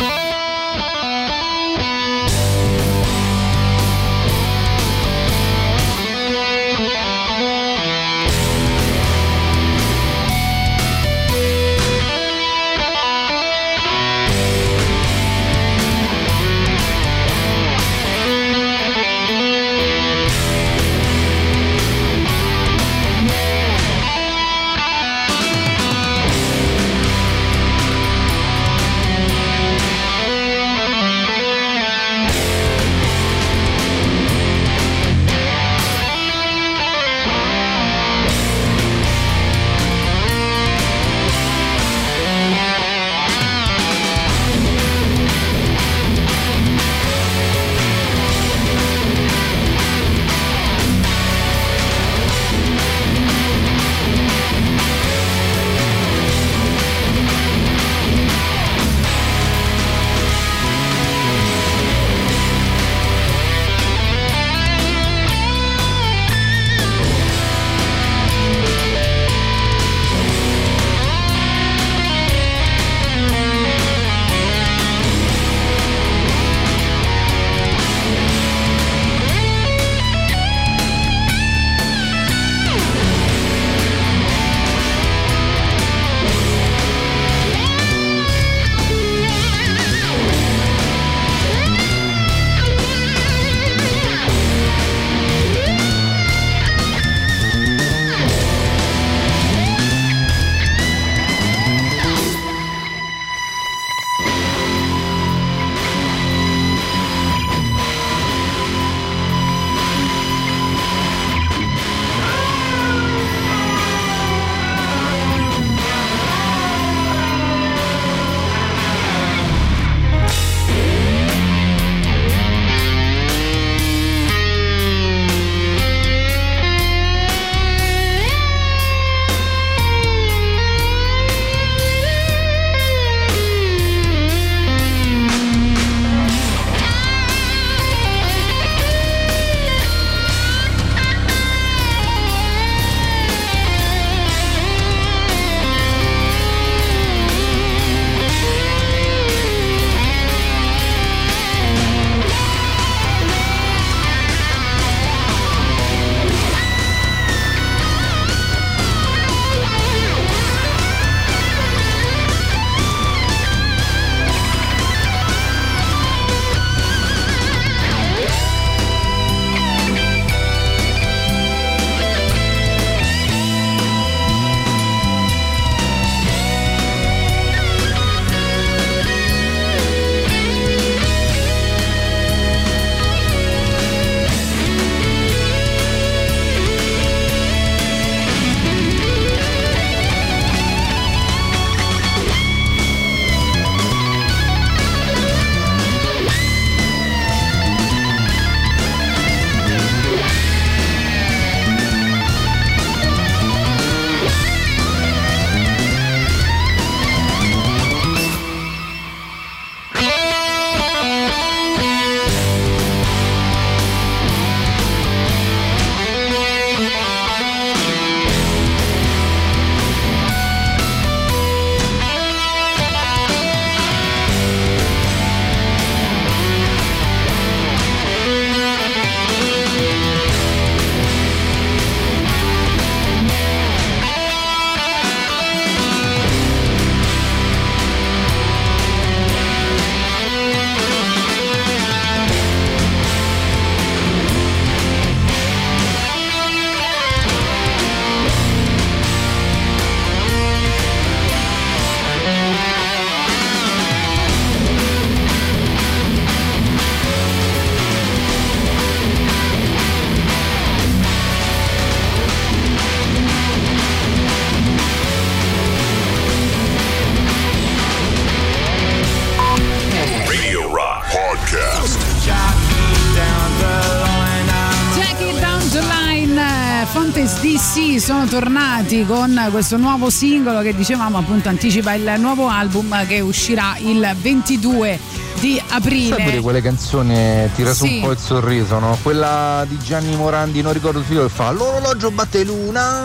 DC sono tornati con questo nuovo singolo che dicevamo appunto anticipa il nuovo album che uscirà il 22 di aprile. Sai pure quelle canzoni tira su Sì. un po' il sorriso, no? Quella di Gianni Morandi, non ricordo il figlio, che fa l'orologio batte l'una,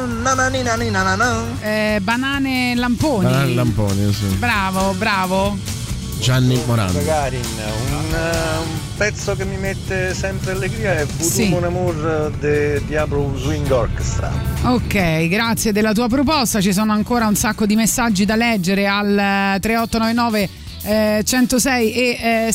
Banane Lamponi. Banane Lamponi, sì. Bravo. Gianni Morandi. Gagarin, un pezzo che mi mette sempre allegria è Voodoo Sì. Mon Amour de Diablo Swing Orchestra. Ok, grazie della tua proposta. Ci sono ancora un sacco di messaggi da leggere al 3899 106 e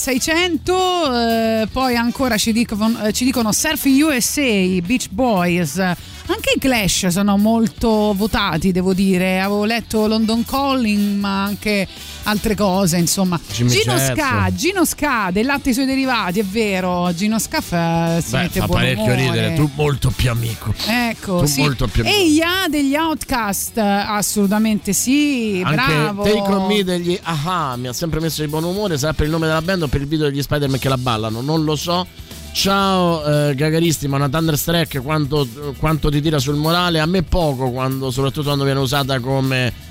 600. Poi ancora ci dicono Surfing USA, Beach Boys. Anche i Clash sono molto votati, devo dire. Avevo letto London Calling, ma anche altre cose, insomma. Gino Ska del latte e i suoi derivati, è vero. Gino Ska si mette fa buon parecchio umore. ridere, tu molto più amico. Ecco, Tu sì. molto più amico. E Ya degli Outcast, assolutamente sì, Anche bravo. Take On Me degli Aha mi ha sempre messo di buon umore. Sarà per il nome della band o per il video degli Spider-Man che la ballano, non lo so. Ciao Gagaristi, ma una Thunderstruck quanto ti tira sul morale? A me poco, soprattutto quando viene usata come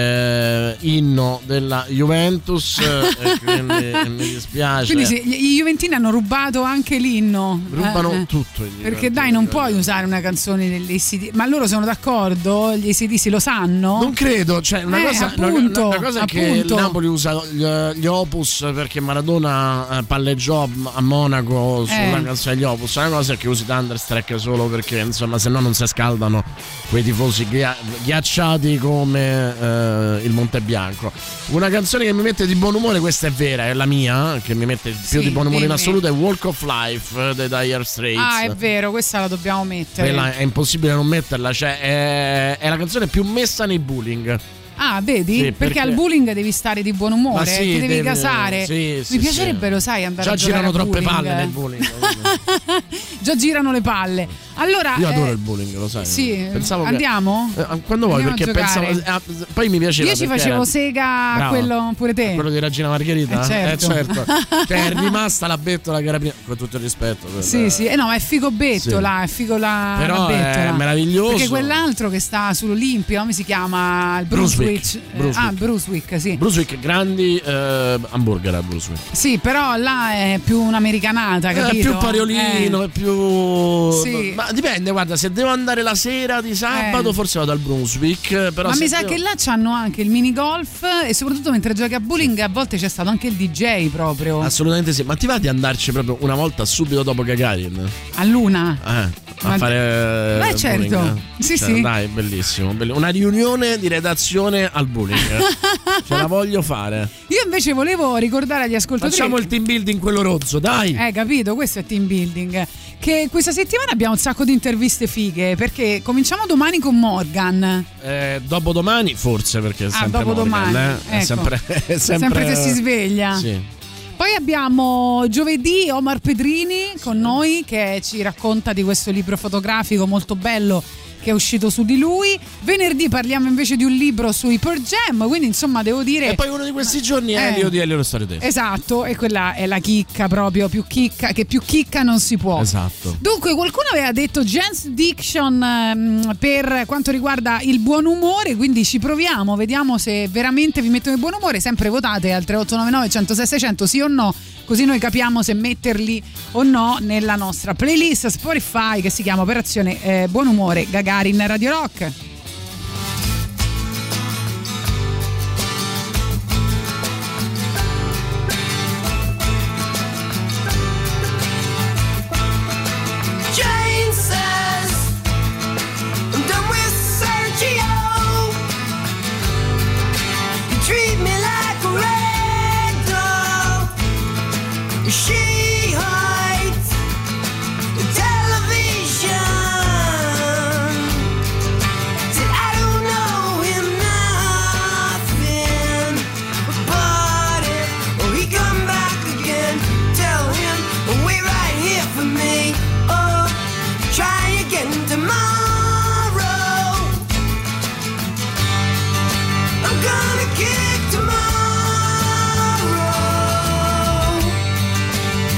inno della Juventus, e quindi mi dispiace. Quindi i Juventini hanno rubato anche l'inno. Rubano tutto. Perché dai, non puoi usare una canzone degli ACDC. Ma loro sono d'accordo? Gli ACDC lo sanno? Non credo, cioè una cosa è che il Napoli usa gli Opus perché Maradona palleggiò a Monaco sulla canzone degli Opus. Una cosa è che usi Thunderstruck solo perché insomma se no non si scaldano quei tifosi ghiacciati come il Monte Bianco. Una canzone che mi mette di buon umore, questa è vera, è la mia, che mi mette più di buon umore in assoluto, è Walk of Life dei Dire Straits. Ah, è vero, questa la dobbiamo mettere. Quella è impossibile non metterla, cioè è la canzone più messa nei bullying. Ah, vedi? Sì, perché al bullying devi stare di buon umore, sì, ti devi gasare. Mi piacerebbe, lo sai, andare già a giocare girano a troppe bowling. palle nel bullying. Già girano le palle. Allora, io adoro il bullying, lo sai. Sì, pensavo andiamo? Quando vuoi, Andiamo perché a giocare. pensavo poi mi piaceva. Io ci facevo sega a quello pure te. Quello di Regina Margherita? Certo. Che è rimasta la bettola carabiniera, con tutto il rispetto. Sì. No, ma è figo bettola, è figo la Però bettola. è meraviglioso. Perché quell'altro che sta sull'Olimpio, come si chiama? Il Brunswick. Brunswick, sì. Brunswick, grandi hamburger a Brunswick. Sì, però là è più un'americanata, capito? È più pariolino, è più... Sì. Ma dipende, guarda, se devo andare la sera di sabato forse vado al Brunswick. Però ma mi sa che là c'hanno anche il mini golf e soprattutto mentre giochi a bowling a volte c'è stato anche il DJ proprio. Assolutamente sì, ma ti va di andarci proprio una volta subito dopo Gagarin? A luna? A fare beh, certo. bowling. Sì, cioè, sì. Dai, bellissimo. Una riunione di redazione al bowling. Ce la voglio fare. Io invece volevo ricordare agli ascoltatori. Facciamo il team building quello rozzo, dai. Capito, questo è team building. Che questa settimana abbiamo un sacco di interviste fighe perché cominciamo domani con Morgan. Dopodomani forse, perché è sempre dopodomani, Morgan, ecco. È sempre che si sveglia. Sì. Poi abbiamo giovedì Omar Pedrini con noi che ci racconta di questo libro fotografico molto bello che è uscito su di lui. Venerdì parliamo invece di un libro sui Pearl Jam, quindi insomma devo dire. E poi uno di questi giorni è Elio di Elio lo Storie Te. Esatto, e quella è la chicca proprio, più chicca non si può. Esatto. Dunque qualcuno aveva detto Jane's Diction per quanto riguarda il buon umore, quindi ci proviamo, vediamo se veramente vi mettono il buon umore. Sempre votate al 3899 106 600 sì o no, così noi capiamo se metterli o no nella nostra playlist Spotify che si chiama Operazione Buon Umore Gagarin Radio Rock. Jane says, I'm done with Sergio. You treat me like a rag doll. She hides the television. Said I don't know him nothing but it. Oh, he come back again. Tell him wait right here for me. Oh, try again tomorrow. I'm gonna kick tomorrow.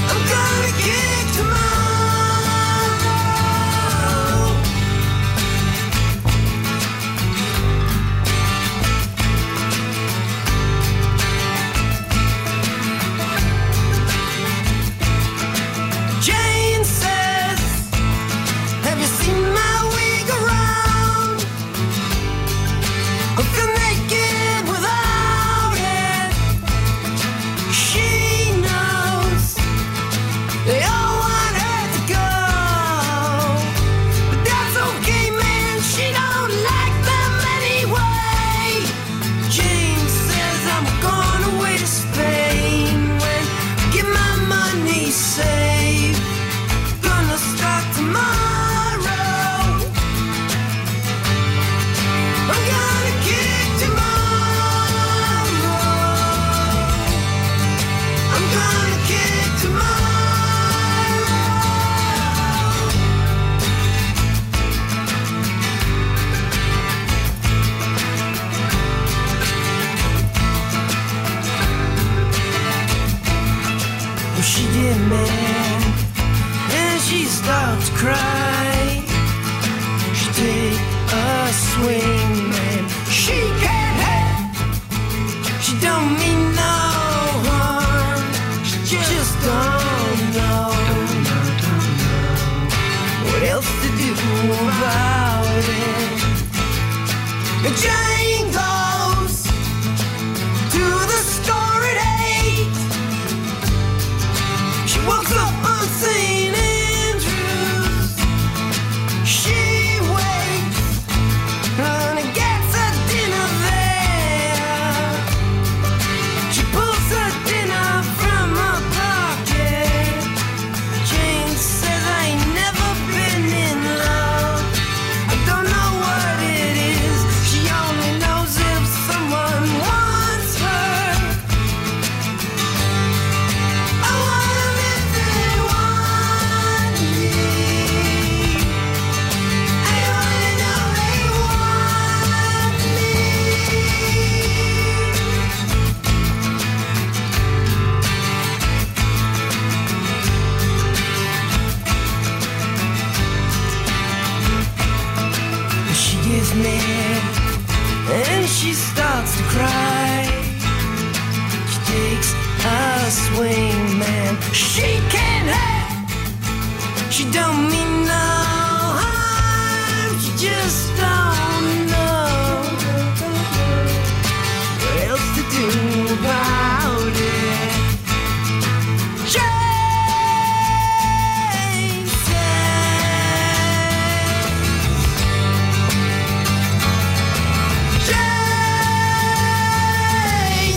Well, she get mad and she starts to cry. She take a swing and she can't help. She don't mean no harm. She just don't know what else to do about it. And Jane goes to the store at 8. She walks up on St. Andrews. She waits and gets her dinner there. She pulls her dinner from her pocket. Jane says, I ain't never been in love. I don't know what it is. She only knows if someone wants her. I want them if they want me. I only know they want me. She gets mad and she starts to cry. She takes a swing, man. She can't help. She don't mean no harm. She just don't know what else to do about it. Jane says, Jane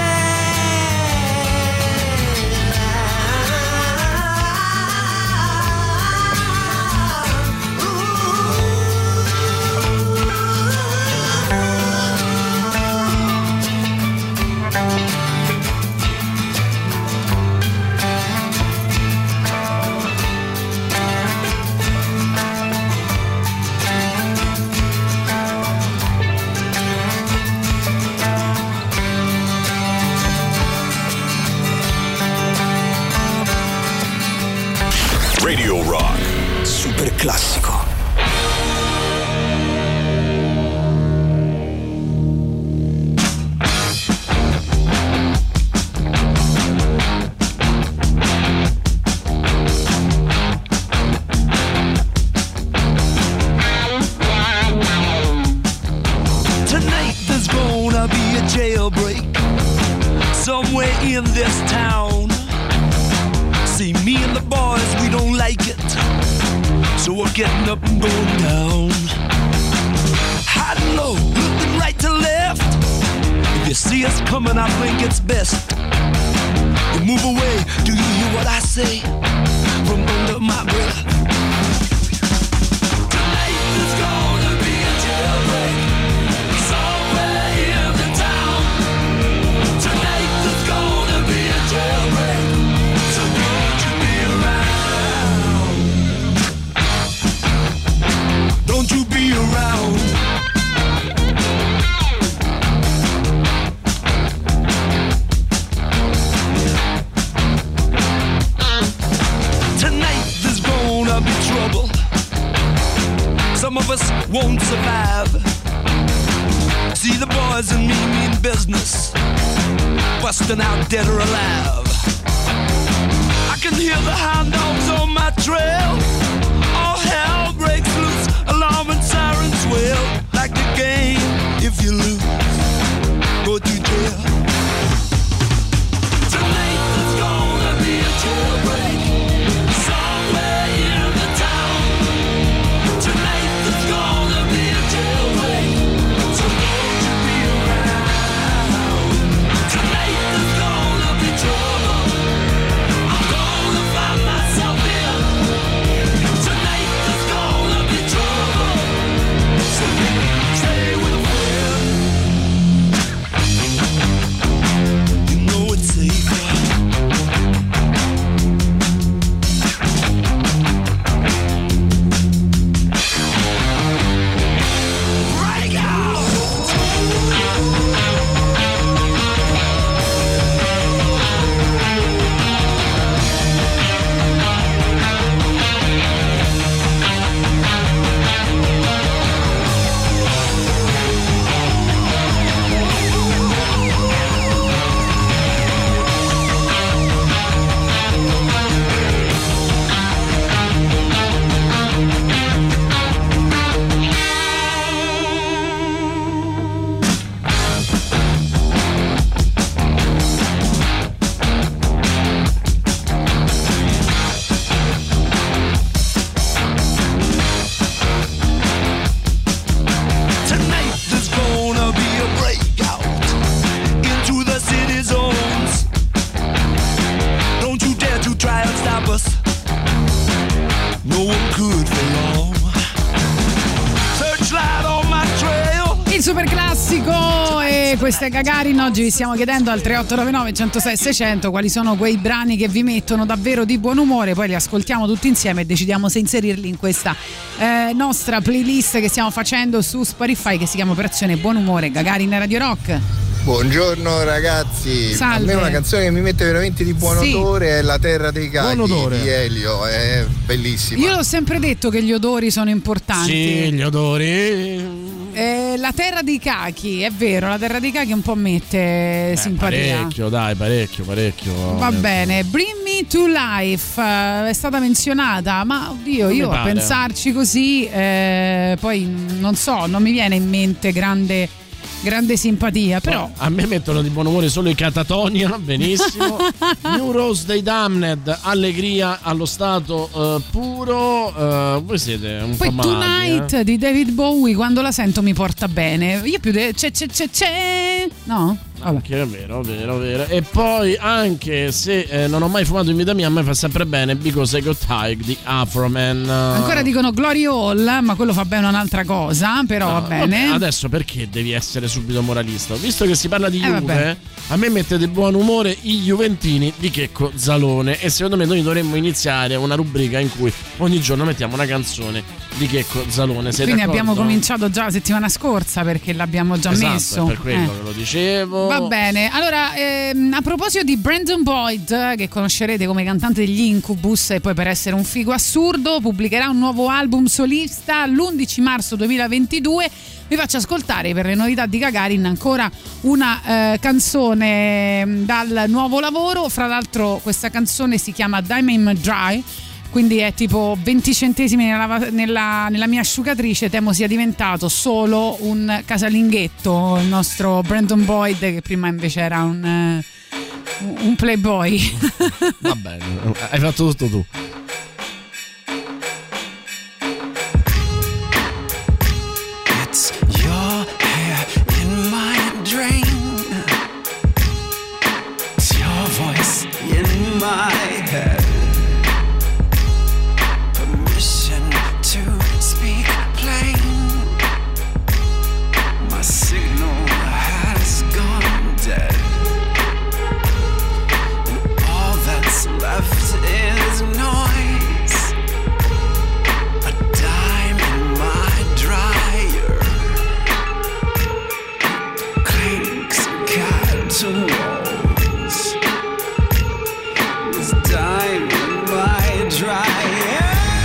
Radio Rock. Super classico. Tonight there's gonna be a jailbreak somewhere in this town. See, me and the boys, we don't like it, so we're getting up and going down. High and low, looking right to left. If you see us coming, I think it's best you move away. Do you hear what I say from under my breath? Tonight there's gonna be a jailbreak somewhere in the town. Tonight there's gonna be a jailbreak, so won't you be around? Don't you be around? Tonight there's gonna be trouble. Some of us won't survive. See, the boys and me mean business, busting out dead or alive. I can hear the hound dogs on my trail. All hell breaks loose, alarm and sirens wail. Like the game, if you lose, go to jail. Tonight there's gonna be a jailbreak somewhere in the town. Tonight there's gonna be a jailbreak, so won't you be around? Tonight there's gonna be trouble. us. No one good for long. Searchlight on my trail. Il super classico e questa è Gagarin. Oggi vi stiamo chiedendo al 3899 106 600 quali sono quei brani che vi mettono davvero di buon umore, poi li ascoltiamo tutti insieme e decidiamo se inserirli in questa nostra playlist che stiamo facendo su Spotify, che si chiama Operazione Buon Umore Gagarin Radio Rock. Buongiorno ragazzi. Salve. A me una canzone che mi mette veramente di buon odore è La terra dei caghi di Elio, è bellissima. Io l'ho sempre detto che gli odori sono importanti. Sì, gli odori. La terra dei cachi, è vero, la terra dei cachi un po' mette simpatia. Parecchio, dai, parecchio. Va bene, Bring Me to Life è stata menzionata, ma oddio, io a pensarci così poi non so, non mi viene in mente grande simpatia, però a me mettono di buon umore solo i Catatonia, benissimo. New Rose dei Damned, allegria allo stato puro. Voi siete un poi po' malati. Tonight di David Bowie, quando la sento mi porta bene. Io più c'è no? Anche è vero. E poi, anche se non ho mai fumato in vita mia, a me fa sempre bene Because I Got High di Afroman. Ancora dicono Glory Hall, ma quello fa bene un'altra cosa, però va bene. Adesso perché devi essere subito moralista? Visto che si parla di Juve, a me mette di buon umore i Juventini di Checco Zalone, e secondo me noi dovremmo iniziare una rubrica in cui ogni giorno mettiamo una canzone di Checco Zalone. Sei Quindi d'accordo? abbiamo cominciato già la settimana scorsa perché l'abbiamo già messo. È per quello che lo dicevo. Va bene, allora a proposito di Brandon Boyd, che conoscerete come cantante degli Incubus e poi per essere un figo assurdo pubblicherà un nuovo album solista l'11 marzo 2022. Vi faccio ascoltare per le novità di Gagarin ancora una canzone dal nuovo lavoro. Fra l'altro questa canzone si chiama Diamond Dry, quindi è tipo 20 centesimi nella mia asciugatrice. Temo sia diventato solo un casalinghetto il nostro Brandon Boyd, che prima invece era un playboy. Va bene, hai fatto tutto tu. It's your hair in my drain. It's your voice in my head. To speak plain, my signal has gone dead, and all that's left is noise. A dime in my dryer clinks cotton walls. This dime in my dryer.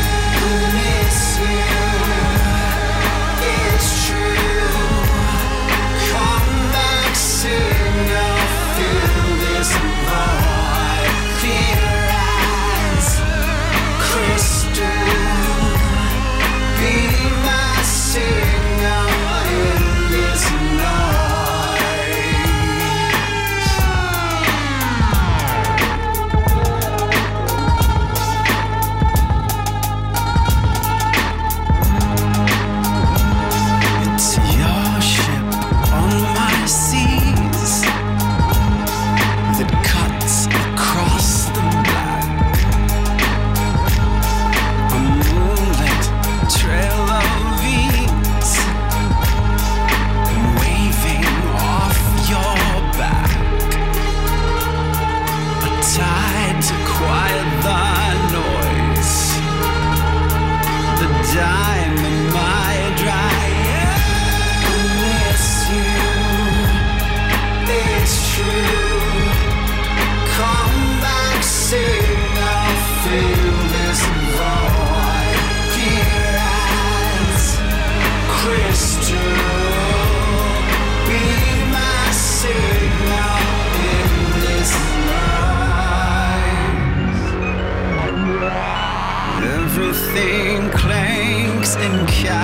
Everything clanks and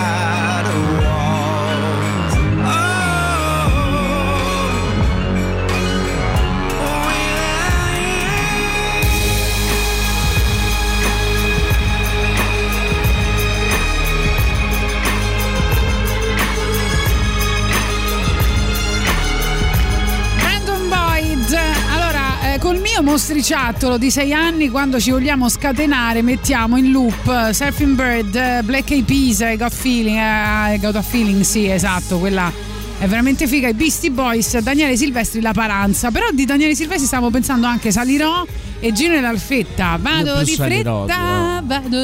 caterwauls. Oh, Brandon Boyd. Allora, col mio mostriciattolo di 6 anni, quando ci vogliamo scatenare mettiamo in loop Surfing Bird, Black Eyed Peas, I Got a Feeling, sì, esatto, quella è veramente figa. I Beastie Boys, Daniele Silvestri, La Paranza. Però di Daniele Silvestri stavo pensando anche Salirò e Gino e l'Alfetta. Vado di fretta.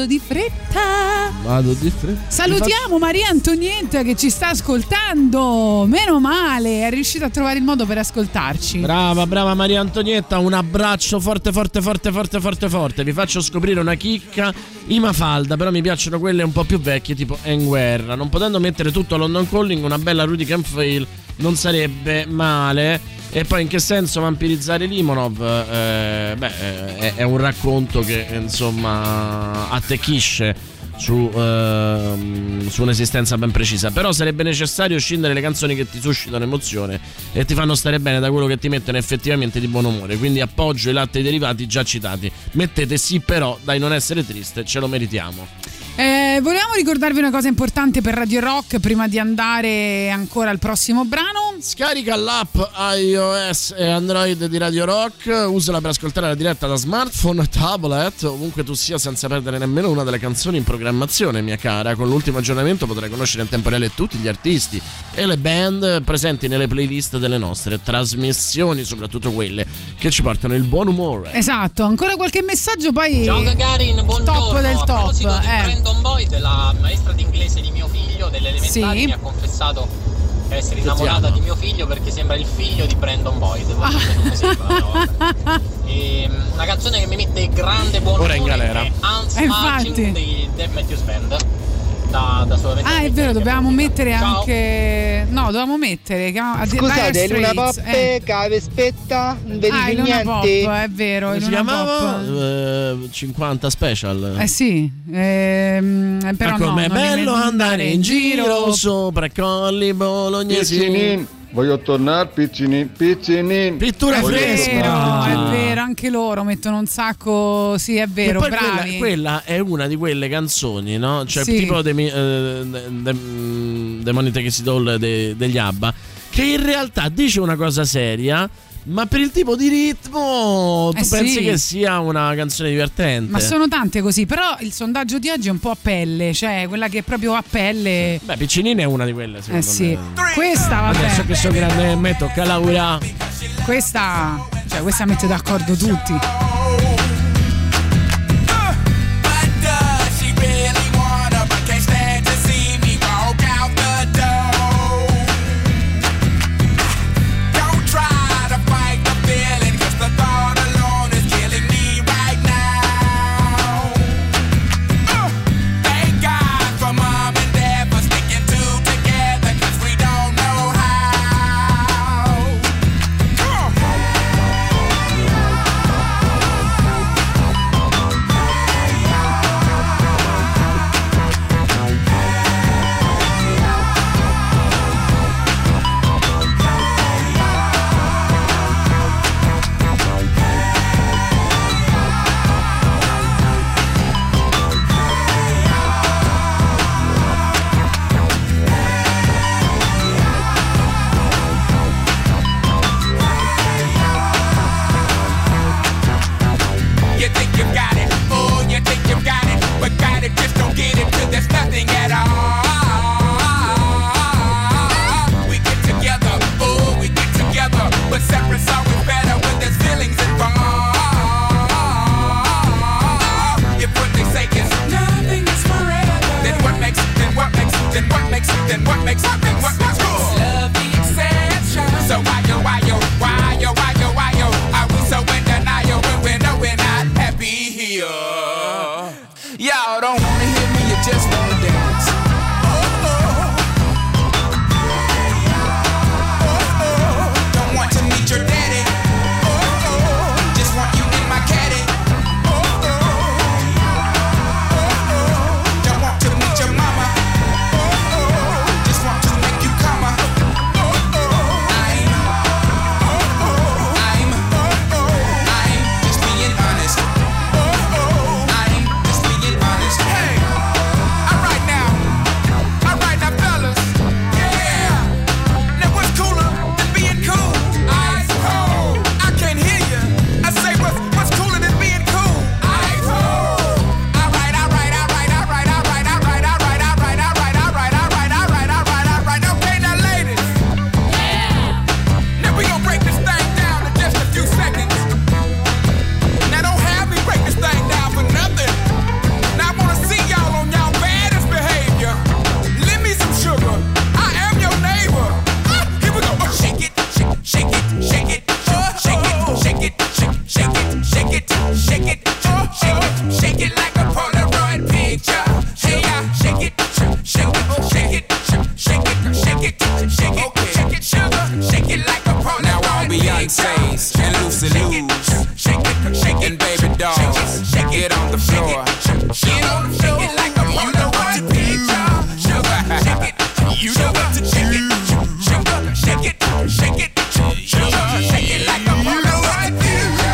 Salutiamo Maria Antonietta che ci sta ascoltando, meno male, è riuscita a trovare il modo per ascoltarci. Brava Maria Antonietta, un abbraccio forte. Vi faccio scoprire una chicca, i Mafalda, però mi piacciono quelle un po' più vecchie, tipo En Guerra. Non potendo mettere tutto a London Calling, una bella Rudy Can Fail non sarebbe male. E poi in che senso vampirizzare Limonov? È un racconto che insomma attecchisce su un'esistenza ben precisa. Però sarebbe necessario scindere le canzoni che ti suscitano emozione e ti fanno stare bene da quello che ti mettono effettivamente di buon umore. Quindi appoggio i latte e i derivati già citati. Mettete sì però, dai, non essere triste, ce lo meritiamo. Volevamo ricordarvi una cosa importante per Radio Rock prima di andare ancora al prossimo brano. Scarica l'app iOS e Android di Radio Rock, usala per ascoltare la diretta da smartphone, tablet, ovunque tu sia, senza perdere nemmeno una delle canzoni in programmazione, mia cara. Con l'ultimo aggiornamento potrai conoscere in tempo reale tutti gli artisti e le band presenti nelle playlist delle nostre trasmissioni, soprattutto quelle che ci portano il buon umore. Esatto, ancora qualche messaggio, poi ciao Gagarin, buongiorno. Top del top. A proposito di Brandon Boyd, la maestra di inglese di mio figlio delle elementari, sì, mi ha confessato di essere innamorata di mio figlio perché sembra il figlio di Brandon Boyd. Non mi sembra, e una canzone che mi mette grande buon umore in galera è Unsmarching di Dave Matthews Band. Da è vero, dovevamo mettere anche. No, dovevamo mettere. Scusate, Luna Pop, cave spetta, non vedi niente. Pop, è vero. Come si chiamava? 50 Special. Sì. Però com'è bello andare in giro sopra colli bolognesi. Voglio tornare piccinin. Pittura fresca. È vero, anche loro mettono un sacco. Sì, è vero, poi bravi. Quella è una di quelle canzoni, no? Cioè, sì, tipo The Money Takes It All degli ABBA, che in realtà dice una cosa seria, ma per il tipo di ritmo tu pensi che sia una canzone divertente. Ma sono tante così. Però il sondaggio di oggi è un po' a pelle, cioè quella che è proprio a pelle. Beh, Piccinini è una di quelle, secondo me. Questa, vabbè, adesso che sono grande, me tocca Laura. Questa mette d'accordo tutti. Hey! Get on the floor. Get on the floor. Shake it like a mother what to do. Sugar, shake it. You know what to shake it. Sugar, shake it. Shake it. Sugar, shake it like a mother what to do.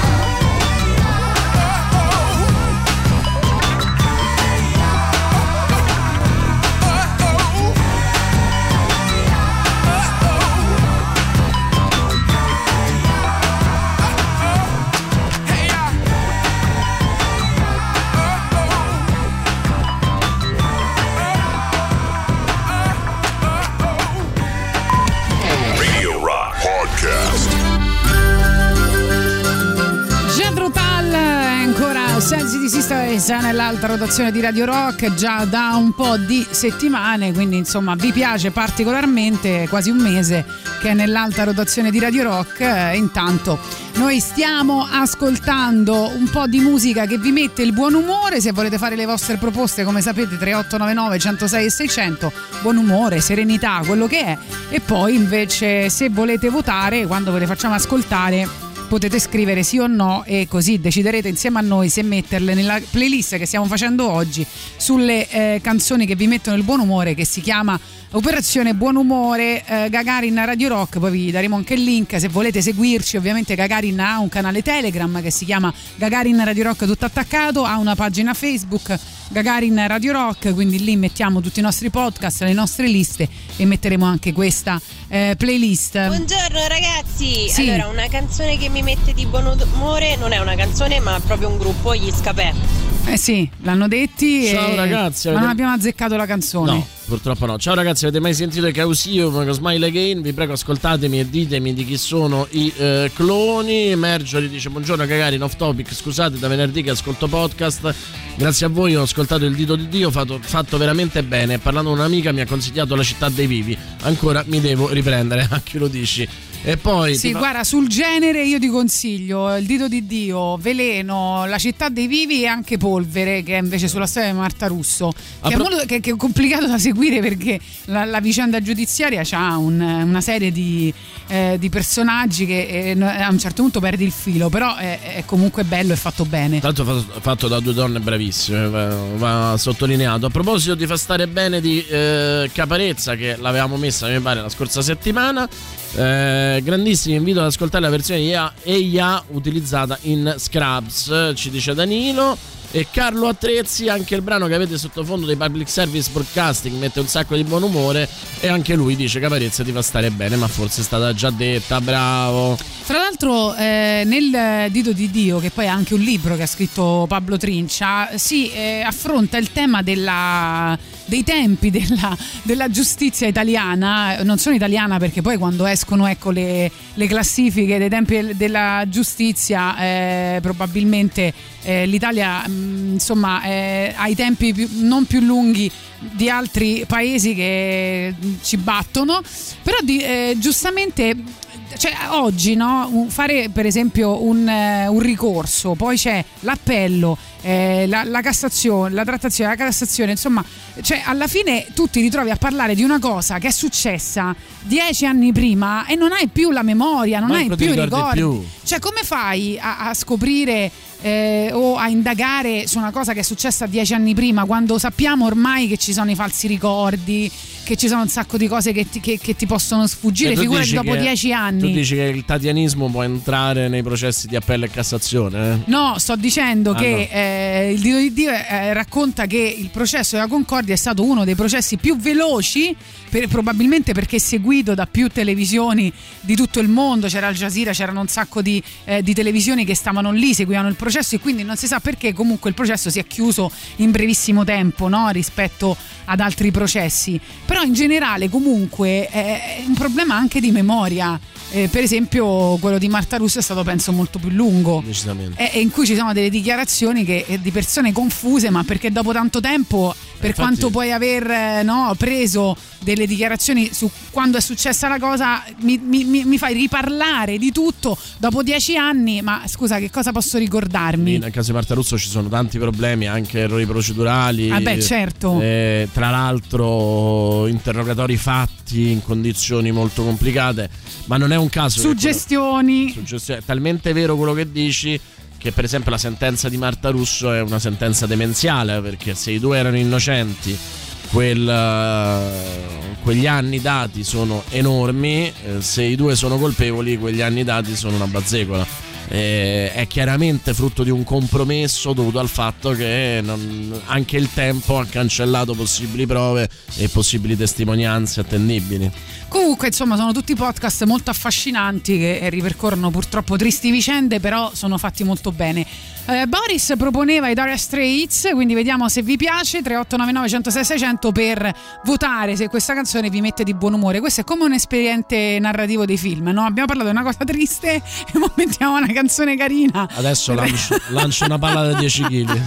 Sensi di Sisters nell'alta rotazione di Radio Rock già da un po' di settimane, quindi insomma vi piace particolarmente, quasi un mese che è nell'alta rotazione di Radio Rock. Intanto noi stiamo ascoltando un po' di musica che vi mette il buon umore. Se volete fare le vostre proposte, come sapete, 3899 106 e 600, buon umore, serenità, quello che è. E poi invece se volete votare quando ve le facciamo ascoltare potete scrivere sì o no e così deciderete insieme a noi se metterle nella playlist che stiamo facendo oggi sulle canzoni che vi mettono il buon umore, che si chiama Operazione Buon Umore Gagarin Radio Rock. Poi vi daremo anche il link se volete seguirci. Ovviamente Gagarin ha un canale Telegram che si chiama Gagarin Radio Rock tutto attaccato, ha una pagina Facebook Gagarin Radio Rock, quindi lì mettiamo tutti i nostri podcast, le nostre liste e metteremo anche questa playlist. Buongiorno ragazzi, sì. Allora una canzone che mi mette di buon umore non è una canzone ma proprio un gruppo, gli Scapè. Sì, l'hanno detti. Ciao ragazzi, ma non abbiamo azzeccato la canzone. No, purtroppo no. Ciao ragazzi, avete mai sentito i Causium con Smile Again? Vi prego ascoltatemi e ditemi di chi sono i cloni. Marjorie dice buongiorno Gagarin, off topic, scusate da venerdì che ascolto podcast. Grazie a voi ho ascoltato Il dito di Dio, fatto veramente bene. Parlando con un'amica mi ha consigliato La città dei vivi. Ancora mi devo riprendere, a chi lo dici? E poi sì, guarda, sul genere io ti consiglio Il dito di Dio, Veleno, La città dei vivi e anche Polvere, che è invece sulla storia di Marta Russo, che è complicato da seguire perché la vicenda giudiziaria ha una serie di personaggi che a un certo punto perdi il filo, però è comunque bello e fatto bene. Tanto fatto da due donne bravissime, va sottolineato. A proposito di fa stare bene di Caparezza, che l'avevamo messa mi pare la scorsa settimana, grandissimo, invito ad ascoltare la versione EIA utilizzata in Scrubs, ci dice Danilo. E Carlo Attrezzi, anche il brano che avete sottofondo dei Public Service Broadcasting mette un sacco di buon umore, e anche lui dice Caparezza ti fa stare bene, ma forse è stata già detta, bravo. Tra l'altro nel Dito di Dio, che poi è anche un libro che ha scritto Pablo Trincia, si affronta il tema dei tempi della giustizia italiana. Non sono italiana perché poi quando escono le classifiche dei tempi della giustizia probabilmente l'Italia insomma ha i tempi non più lunghi di altri paesi che ci battono, però giustamente, cioè, oggi no, fare per esempio un ricorso, poi c'è l'appello, la Cassazione, la trattazione, la Cassazione, insomma, cioè alla fine tu ti ritrovi a parlare di una cosa che è successa 10 anni prima e non hai più la memoria, non hai più i ricordi. Cioè come fai a scoprire o a indagare su una cosa che è successa 10 anni prima, quando sappiamo ormai che ci sono i falsi ricordi, che ci sono un sacco di cose che ti possono sfuggire, figurati dopo 10 anni. Tu dici che il tatianismo può entrare nei processi di appello e Cassazione? No, sto dicendo che il Dito di Dio racconta che il processo della Concordia è stato uno dei processi più veloci, probabilmente perché seguito da più televisioni di tutto il mondo. C'era Al Jazeera, c'erano un sacco di televisioni che stavano lì, seguivano il processo, e quindi non si sa perché comunque il processo si è chiuso in brevissimo tempo, no? Rispetto ad altri processi. Però in generale comunque è un problema anche di memoria. Per esempio quello di Marta Russo è stato penso molto più lungo, decisamente, e in cui ci sono delle dichiarazioni di persone confuse, ma perché dopo tanto tempo, per quanto puoi aver preso delle dichiarazioni su quando è successa la cosa, mi fai riparlare di tutto dopo 10 anni, ma scusa, che cosa posso ricordarmi? Nel caso di Marta Russo ci sono tanti problemi, anche errori procedurali. Certo. Tra l'altro interrogatori fatti in condizioni molto complicate, ma non è un caso. Suggestioni. È talmente vero quello che dici che per esempio la sentenza di Marta Russo è una sentenza demenziale, perché se i due erano innocenti quegli anni dati sono enormi, se i due sono colpevoli quegli anni dati sono una bazzecola. È chiaramente frutto di un compromesso dovuto al fatto che anche il tempo ha cancellato possibili prove e possibili testimonianze attendibili. Comunque, insomma, sono tutti podcast molto affascinanti che ripercorrono purtroppo tristi vicende, però sono fatti molto bene. Boris proponeva i Dire Straits, quindi vediamo se vi piace. 3899 106 600 per votare se questa canzone vi mette di buon umore. Questo è come un esperiente narrativo dei film, no? Abbiamo parlato di una cosa triste e ora mettiamo una canzone carina. Adesso lancio una palla da 10 kg.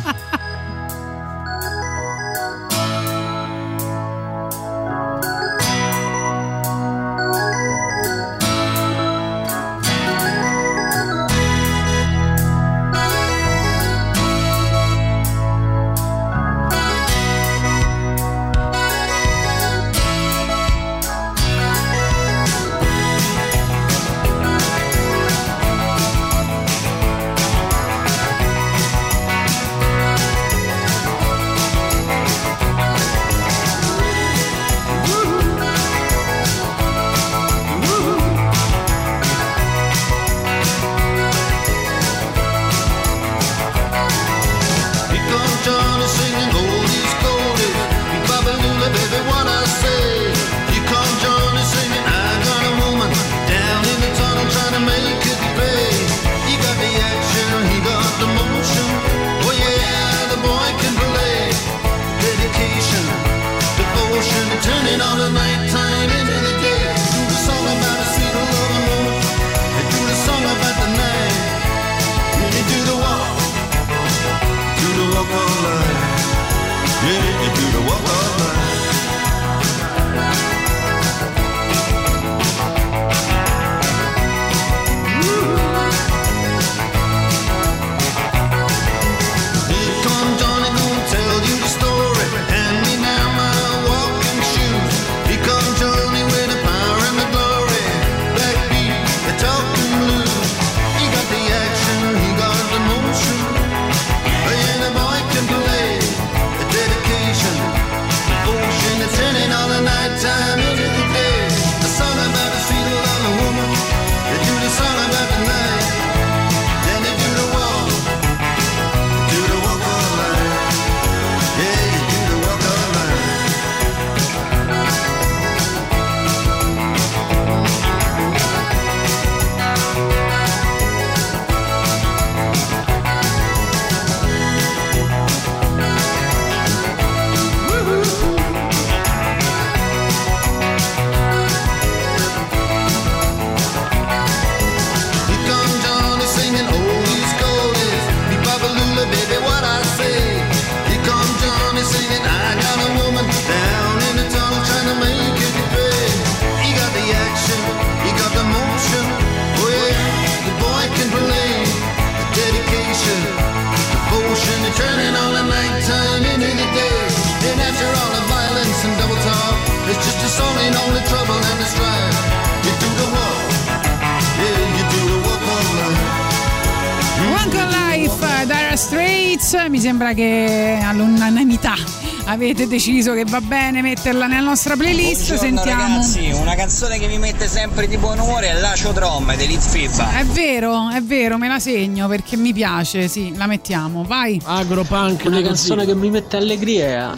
Mi sembra che all'unanimità avete deciso che va bene metterla nella nostra playlist. Buongiorno, sentiamo ragazzi, una canzone che mi mette sempre di buon umore è Lacio Drom di Liz Fibba. È vero, me la segno perché mi piace, sì, la mettiamo, vai. Agropunk. Una canzone che mi mette allegria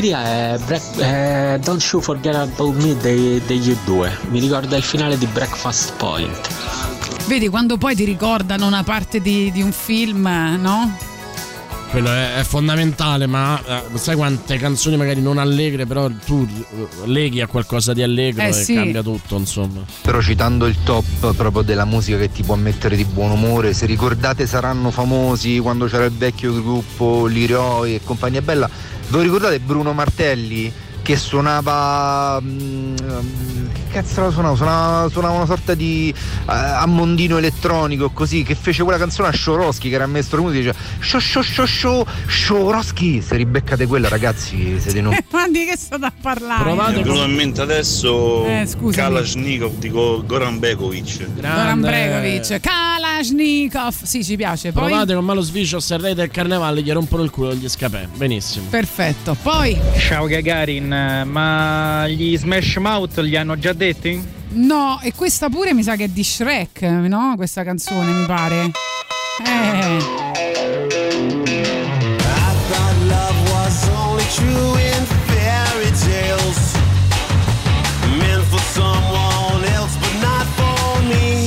è Don't You Forget About Me degli U2. Mi ricorda il finale di Breakfast Point. Vedi, quando poi ti ricordano una parte di un film, no? Quello è fondamentale, ma sai quante canzoni magari non allegre, però tu leghi a qualcosa di allegro e sì, cambia tutto, insomma. Però citando il top proprio della musica che ti può mettere di buon umore, se ricordate Saranno Famosi, quando c'era il vecchio gruppo Liroi e compagnia bella, ve lo ricordate Bruno Martelli che suonava cazzo la suonava una sorta di ammondino elettronico così, che fece quella canzone a Scioroschi, che era il maestro musica, dice Scioroschi, se ribeccate quella ragazzi siete noi. Ma di che state a parlare? Mi è venuto in mente adesso scusami. Kalashnikov di Goran Bregovic. Goran Bregovic, Kalashnikov, sì, ci piace. Poi provate con Malo Svicios e Re del Carnevale, gli rompono il culo gli scapè. Benissimo, perfetto. Poi ciao Gagarin, ma gli Smash Mouth li hanno già detti? No, e questa pure mi sa che è di Shrek, no? Questa canzone mi pare. I thought love was only true in fairy tales, meant for someone else but not for me.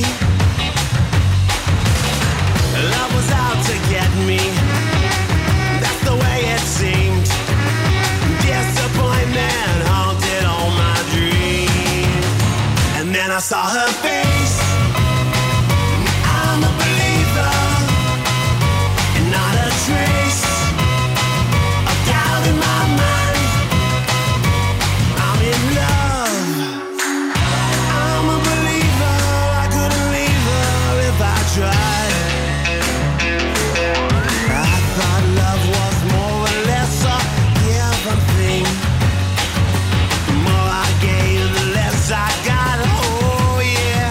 Love was out to get me, that's the way it seemed. Disappointment haunted all my dreams, and then I saw her face. I'm a believer, and not a trace of doubt in my mind. I'm in love, I'm a believer. I couldn't leave her if I tried. I thought love was more or less a given thing. The more I gave, the less I got. Oh yeah.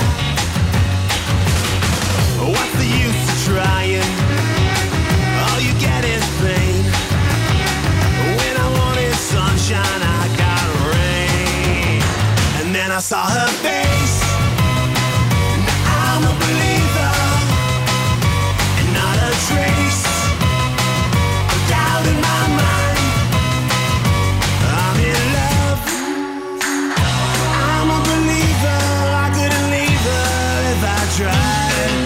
What's the use of trying? All you get is pain. When I wanted sunshine, I got rain. And then I saw her face. Now I'm a believer, and not a trace of doubt in my mind. I'm in love, I'm a believer. I couldn't leave her if I tried.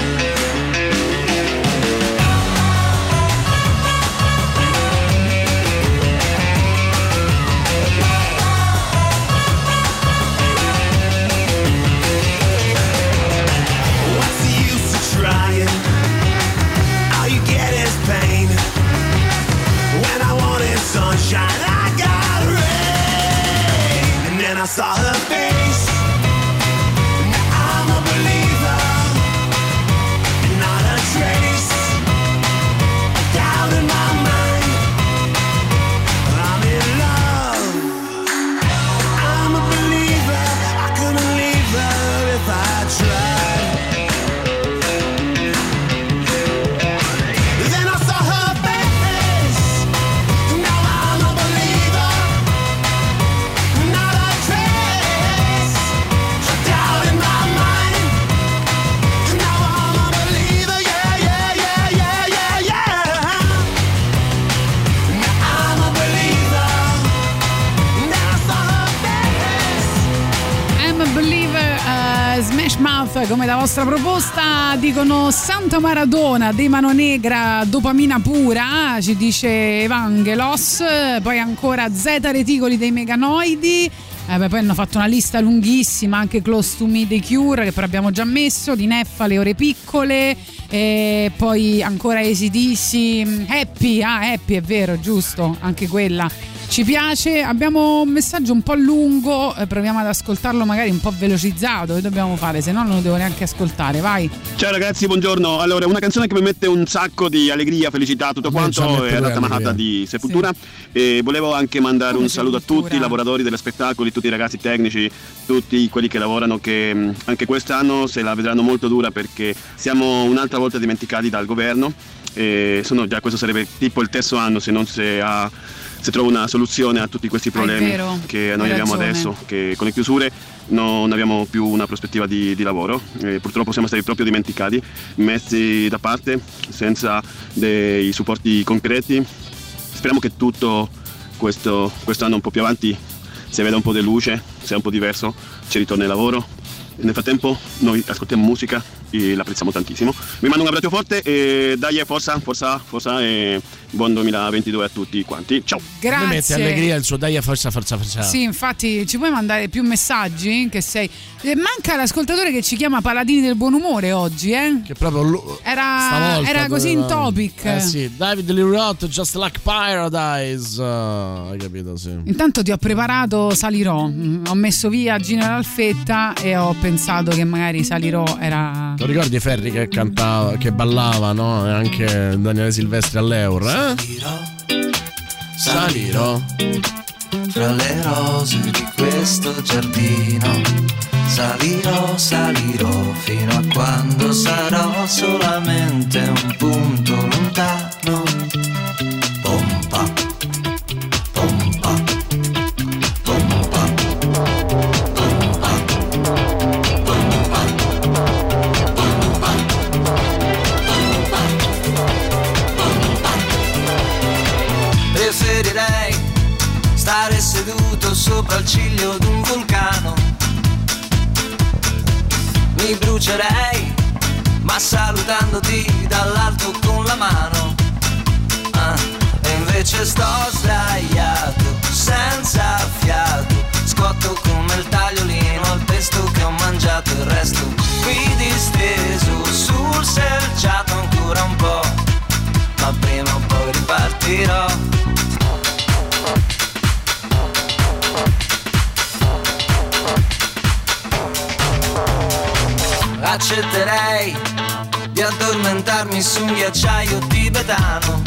What's the use of trying? All you get is pain. When I wanted sunshine, I got rain. And then I saw her face. Now I'm a believer, and not a trace of doubt in my mind. I'm in love, I'm a believer. I couldn't leave her if I tried. Then I saw her face. Now I'm a believer, not a trace of doubt in my mind. Now I'm a believer, yeah, yeah, yeah, yeah, yeah, yeah. Now I'm a believer. Then I saw her face. I'm a believer. Smash Mouth come la vostra proposta. Dicono Santa Maradona dei Mano Negra, dopamina pura, ci dice Evangelos. Poi ancora Zeta Reticoli dei Meganoidi. Poi hanno fatto una lista lunghissima, anche Close to Me dei Cure, che però abbiamo già messo, di Neffa Le Ore Piccole, e poi ancora AC/DC, Happy, Happy è vero, giusto, anche quella ci piace. Abbiamo un messaggio un po' lungo, proviamo ad ascoltarlo magari un po' velocizzato. Che dobbiamo fare? Se no non lo devo neanche ascoltare, vai. Ciao ragazzi, buongiorno. Allora, una canzone che mi mette un sacco di allegria, felicità, tutto quanto, è Rata Mahata di Sepultura. Sì. E volevo anche mandare un saluto a tutti i lavoratori degli spettacoli, tutti i ragazzi tecnici, tutti quelli che lavorano, che anche quest'anno se la vedranno molto dura, perché siamo un'altra volta dimenticati dal governo. E questo sarebbe tipo il terzo anno se non se trova una soluzione a tutti questi problemi che noi abbiamo adesso, che con le chiusure non abbiamo più una prospettiva di lavoro. Purtroppo siamo stati proprio dimenticati, messi da parte senza dei supporti concreti. Speriamo che tutto quest'anno un po' più avanti si veda un po' di luce, sia un po' diverso, ci ritorna il lavoro. Nel frattempo noi ascoltiamo musica l'apprezziamo tantissimo. Vi mando un abbraccio forte e dai, forza e buon 2022 a tutti quanti. Ciao. Grazie. Mi mette allegria il suo dai, forza. Sì, infatti ci puoi mandare più messaggi? Che sei manca l'ascoltatore che ci chiama Paladini del buon umore oggi, che proprio era così in topic. Sì, David Lee Roth, Just Like Paradise. Hai capito, sì. Intanto ti ho preparato Salirò. Ho messo via General Fetta e ho pensato che magari Salirò era. Lo ricordi Ferri che cantava, che ballava, no? E anche Daniele Silvestri all'Eur, Salirò fra le rose di questo giardino. Salirò fino a quando sarò solamente un punto lontano. Pompa, pompa, pompa, pompa, pompa, pompa, pompa. Preferirei stare seduto sopra il ciglio d'un vulcano. Mi brucerei, ma salutandoti dall'alto con la mano. E invece sto sdraiato, senza fiato, scotto come il tagliolino al pesto che ho mangiato. Il resto qui disteso sul selciato ancora un po', ma prima o poi ripartirò. Accetterei di addormentarmi su un ghiacciaio tibetano.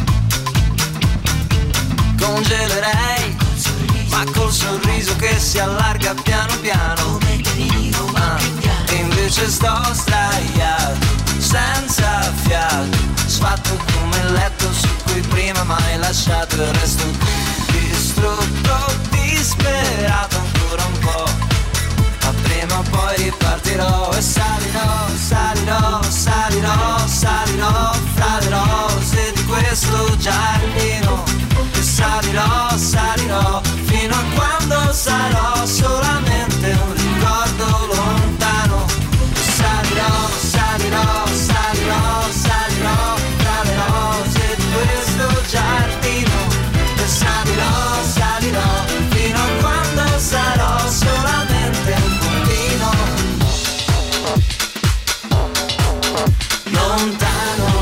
Congelerei, ma col sorriso che si allarga piano piano. E invece sto sdraiato, senza fiato, sfatto come il letto su cui prima m'hai lasciato. E resto qui distrutto, disperato ancora un po', ma prima o poi ripartirò. E salirò, salirò, salirò, salirò fra le rose di questo giardino. E salirò, salirò fino a quando sarò solamente un ricordo lontano. E salirò, salirò, salirò, salirò fra le rose di questo giardino. E salirò, salirò fino a quando sarò solamente un puntino lontano.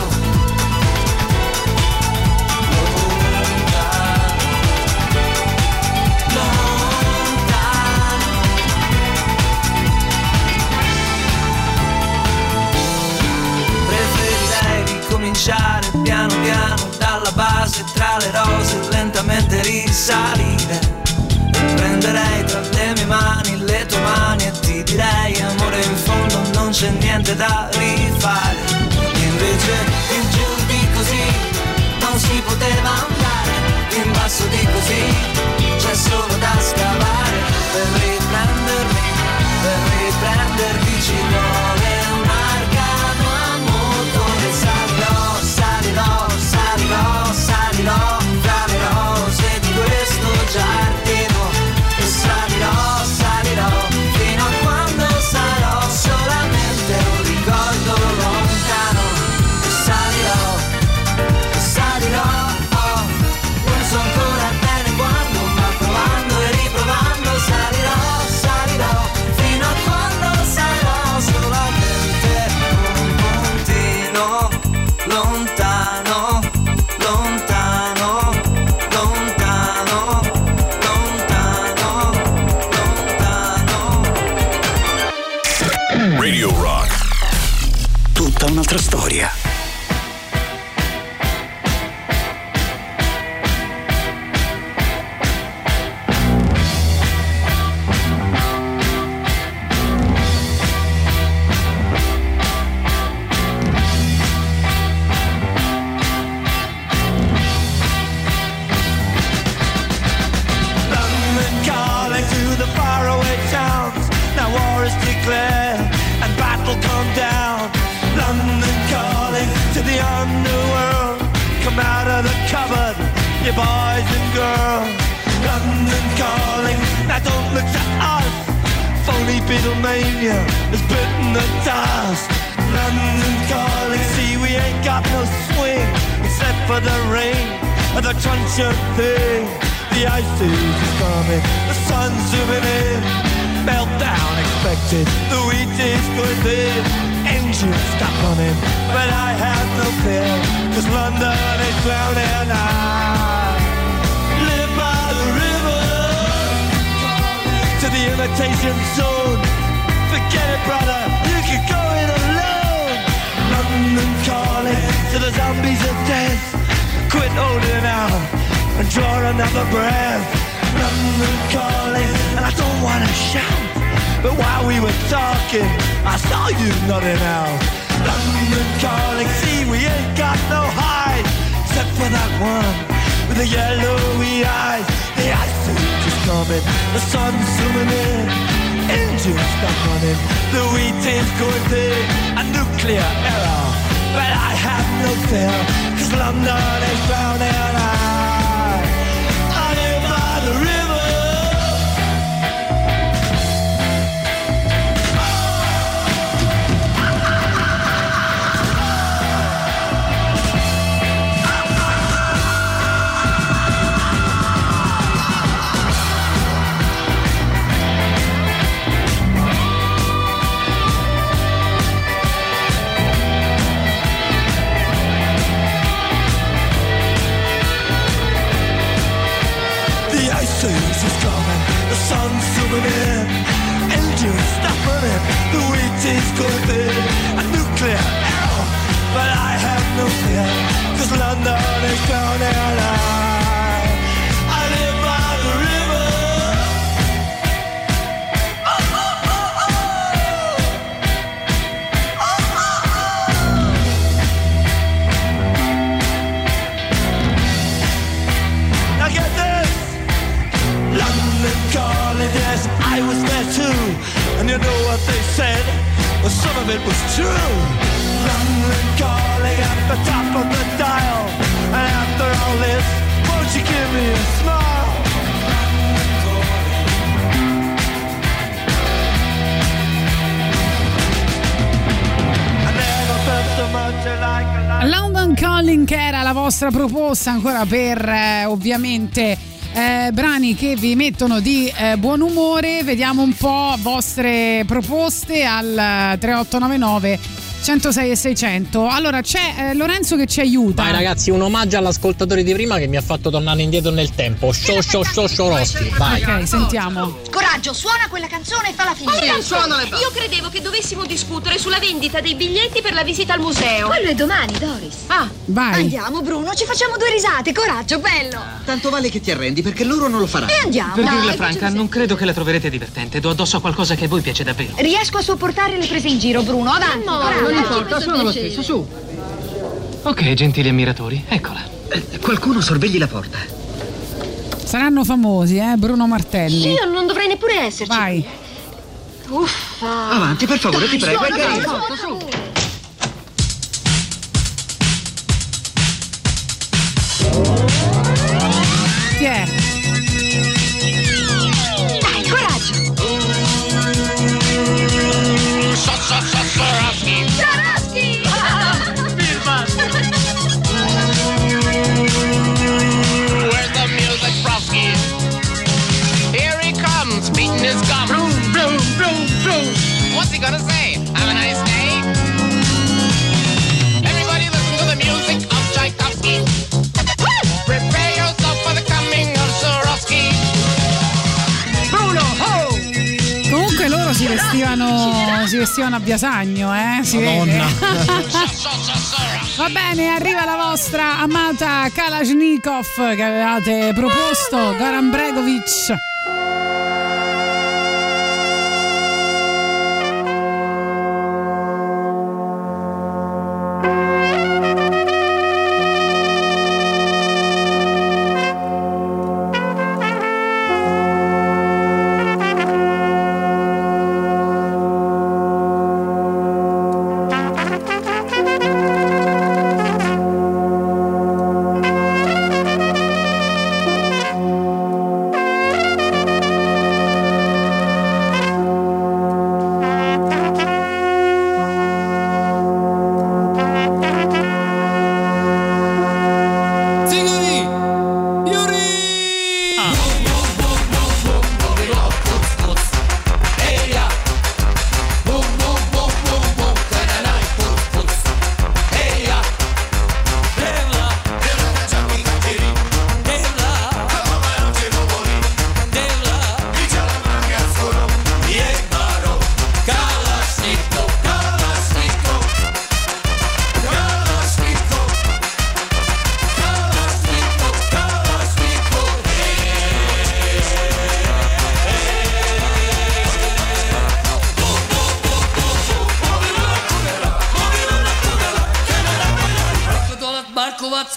Cominciare piano piano dalla base tra le rose, lentamente risalire. E prenderei tra le mie mani le tue mani e ti direi: amore, in fondo non c'è niente da rifare. E invece in giù di così non si poteva andare, in basso di così c'è solo da scavare. Per riprendermi, per riprenderti ci vuole un arcano a motore. Salirò, salirò, salirò fra le rose di questo giardino. E salirò, salirò fino a quando sarò solamente un ricordo lontano. E salirò, oh, non so ancora bene quando, ma provando e riprovando salirò, salirò fino a quando sarò solamente un puntino lontano, lontano, lontano, lontano, lontano. Radio Rock. Tutta un'altra storia. You boys and girls, London calling. Now don't look to us, Phony Beatlemania has bitten the dust. London calling, see we ain't got no swing except for the rain and the crunch of thing. The ice age is coming, the sun's zooming in. Meltdown expected, the wheat is good in. Engines stop running, but I have no fear, 'cause London is drowning. I live by the river to the imitation zone. Forget it, brother, you can go it alone. London calling to the zombies of death. Quit holding out and draw another breath. London calling, and I don't wanna shout, but while we were talking, I saw you nodding out. London calling, see we ain't got no hide, except for that one with the yellowy eyes. The ice age is coming, the sun's zooming in. Engines stop running, the wheat is going big. A nuclear error, but I have no fear, 'cause London is drowning. I live by the river. Is coming, the sun's zooming in. Engines stop running, the wheat is going big. A nuclear error, but I have no fear, 'cause London is drowning. I live by the river. Now get this. London calling, yes, I was there too. And you know what they said? Well, some of it was true. London calling at the top of the dial. And after all this, won't you give me a smile? I never felt so much like a London Calling, che era la vostra proposta ancora per ovviamente brani che vi mettono di buon umore. Vediamo un po' vostre proposte al 3899 106 e 600. Allora c'è Lorenzo che ci aiuta. Vai ragazzi, un omaggio all'ascoltatore di prima che mi ha fatto tornare indietro nel tempo. Rossi, vai. Ok, sentiamo. Coraggio, suona quella canzone e falla finire. Non suono le parole. Io credevo che dovessimo discutere sulla vendita dei biglietti per la visita al museo. Quello è domani, Doris. Ah, vai. Andiamo, Bruno, ci facciamo 2 risate. Coraggio, bello. Tanto vale che ti arrendi, perché loro non lo faranno. E andiamo. Per dirla franca, non credo che la troverete divertente. Do addosso a qualcosa che a voi piace davvero. Riesco a sopportare le prese in giro, Bruno. Avanti. Non importa, suona lo stesso, su. Ok, gentili ammiratori, eccola. Qualcuno sorvegli la porta. Saranno famosi, Bruno Martelli. Io non dovrei neppure esserci. Vai. Uffa. Avanti, per favore, ti prego. Su. Chi è? Dai, coraggio. Saraschi. Where's the music, Frosky? Here he comes, beating his gum. Bloom, bloom, bloom, bloom. What's he gonna say? Have a nice day. Everybody listen to the music of Tchaikovsky. Prepare yourself for the coming of Sarosky. Bruno, ho! Comunque loro si vestivano a biasagno, si vede. Va bene, arriva la vostra amata Kalashnikov che avevate proposto, Goran Bregovic.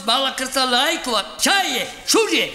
balla cristalla icua, ciaie, sciuglie,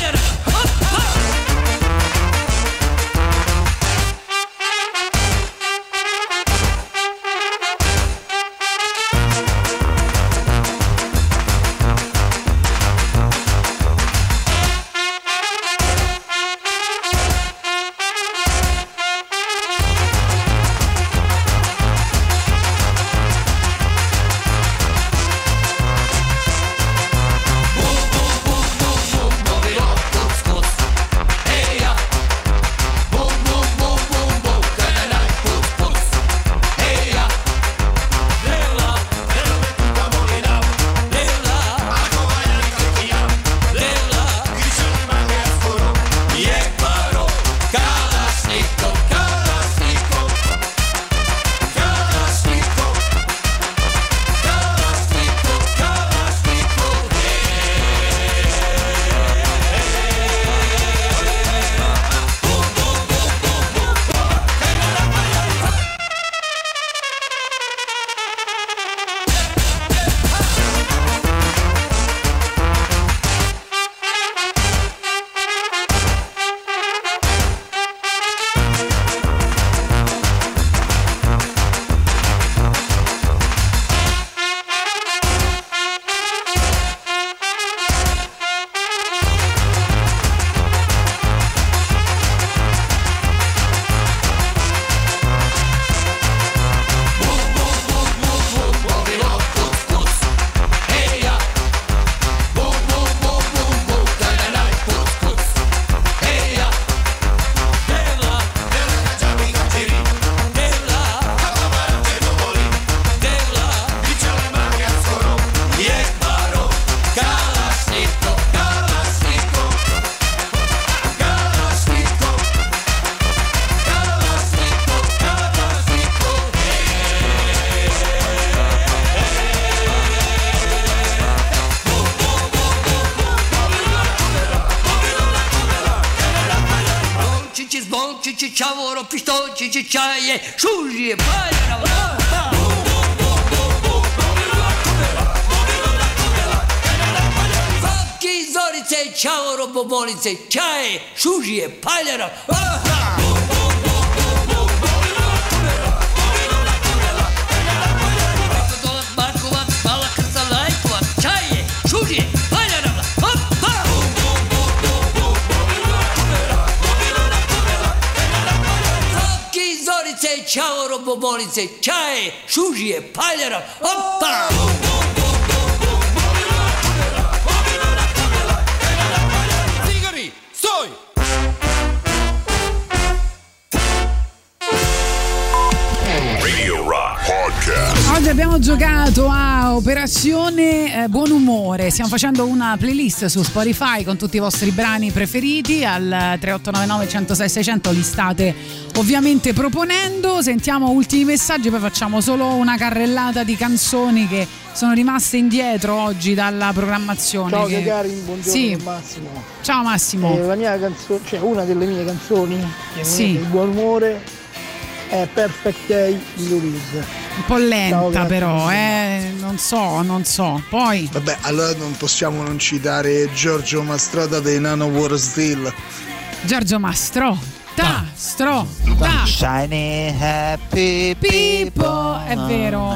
ciavoro, pistocci, cicciaie, sciuglie, Facchi, zorice, ciavoro, bobolice, ciaie, sciuglie, pagliara. Ciao robobolice, ciao, sciuglie, pagliara, oppa! Zigari, stoi! Radio Rock Podcast. Oggi abbiamo giocato a Operazione Buon Umore. Stiamo facendo una playlist su Spotify con tutti i vostri brani preferiti. Al 3899 106 600 li state ovviamente proponendo. Sentiamo ultimi messaggi, poi facciamo solo una carrellata di canzoni che sono rimaste indietro oggi dalla programmazione. Ciao cari, buongiorno. Sì. Massimo. Ciao Massimo. La mia canzone, cioè una delle mie canzoni che sì, mi mette il buon umore è Perfect Day di Lou Reed. Un po' lenta però, non so. Poi vabbè, allora non possiamo non citare Giorgio Mastrota dei Nano War Still. Giorgio Mastrota. Shiny happy people. È vero.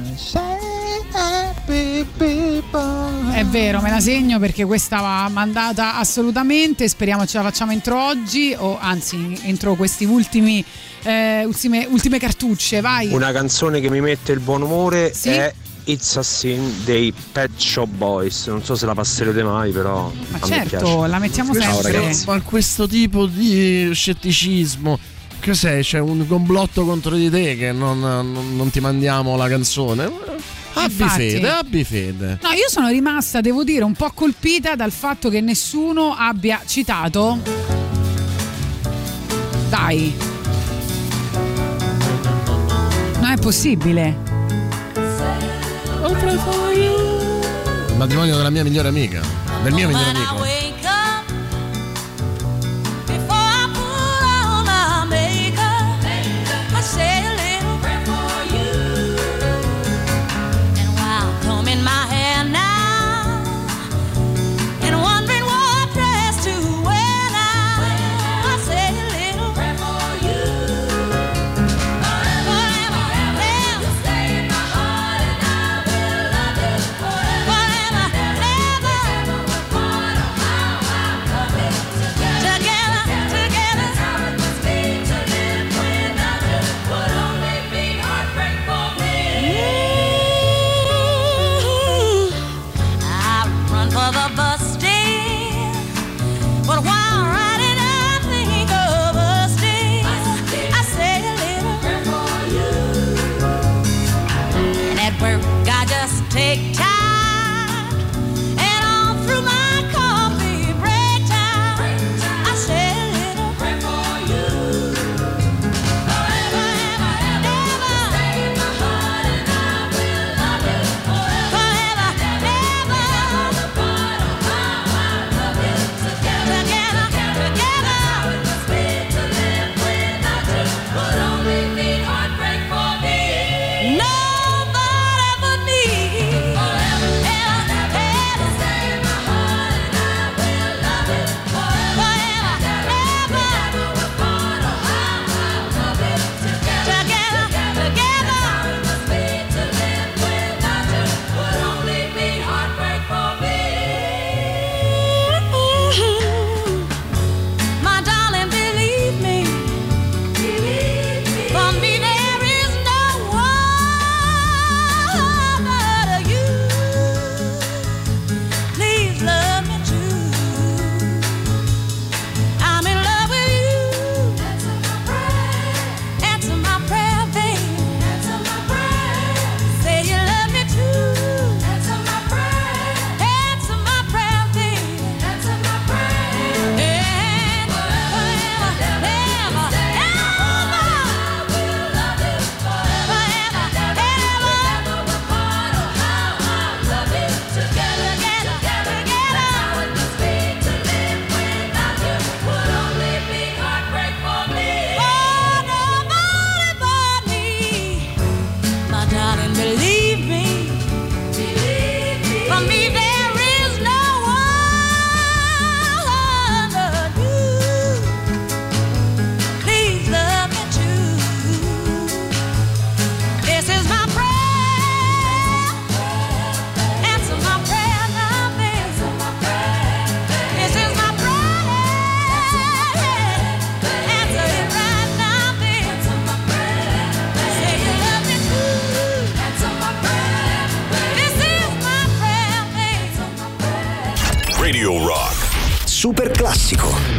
È vero, me la segno perché questa va mandata assolutamente. Speriamo ce la facciamo entro oggi, o anzi entro questi ultime cartucce. Vai. Una canzone che mi mette il buon umore, sì, è It's a Sin dei Pet Shop Boys. Non so se la passerete mai, però ma a certo, me piace. la mettiamo sempre. Ma questo tipo di scetticismo, cos'è? C'è un complotto contro di te che non ti mandiamo la canzone? Abbi fede. No, io sono rimasta, devo dire, un po' colpita dal fatto che nessuno abbia citato. Dai, non è possibile. Il matrimonio della mia migliore amica, del mio migliore amico. Radio Rock. Super classico.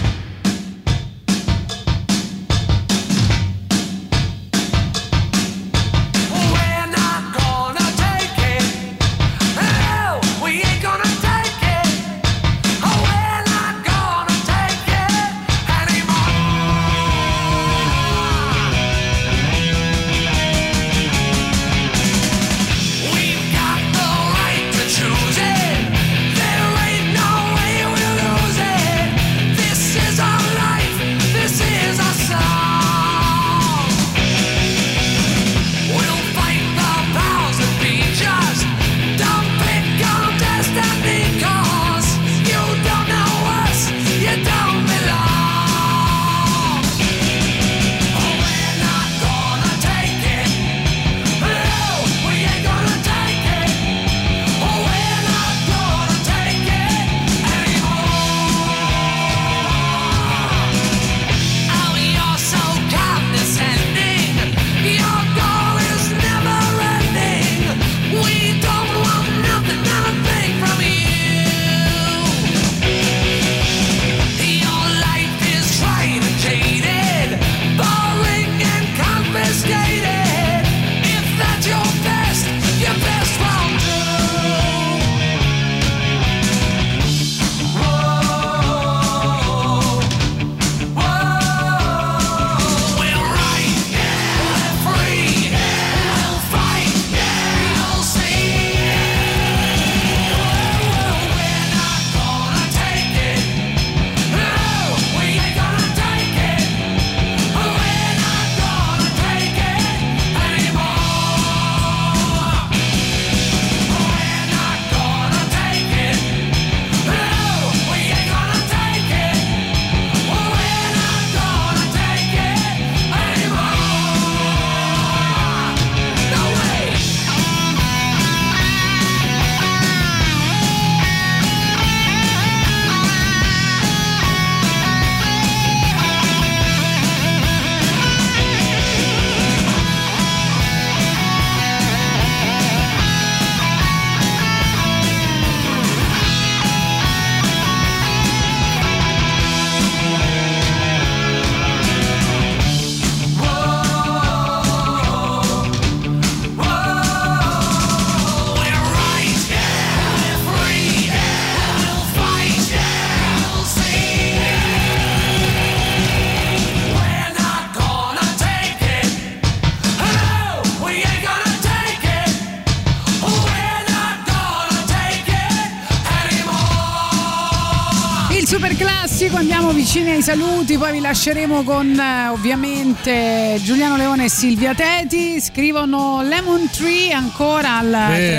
Andiamo vicini ai saluti, poi vi lasceremo con ovviamente Giuliano Leone e Silvia Teti. Scrivono Lemon Tree ancora al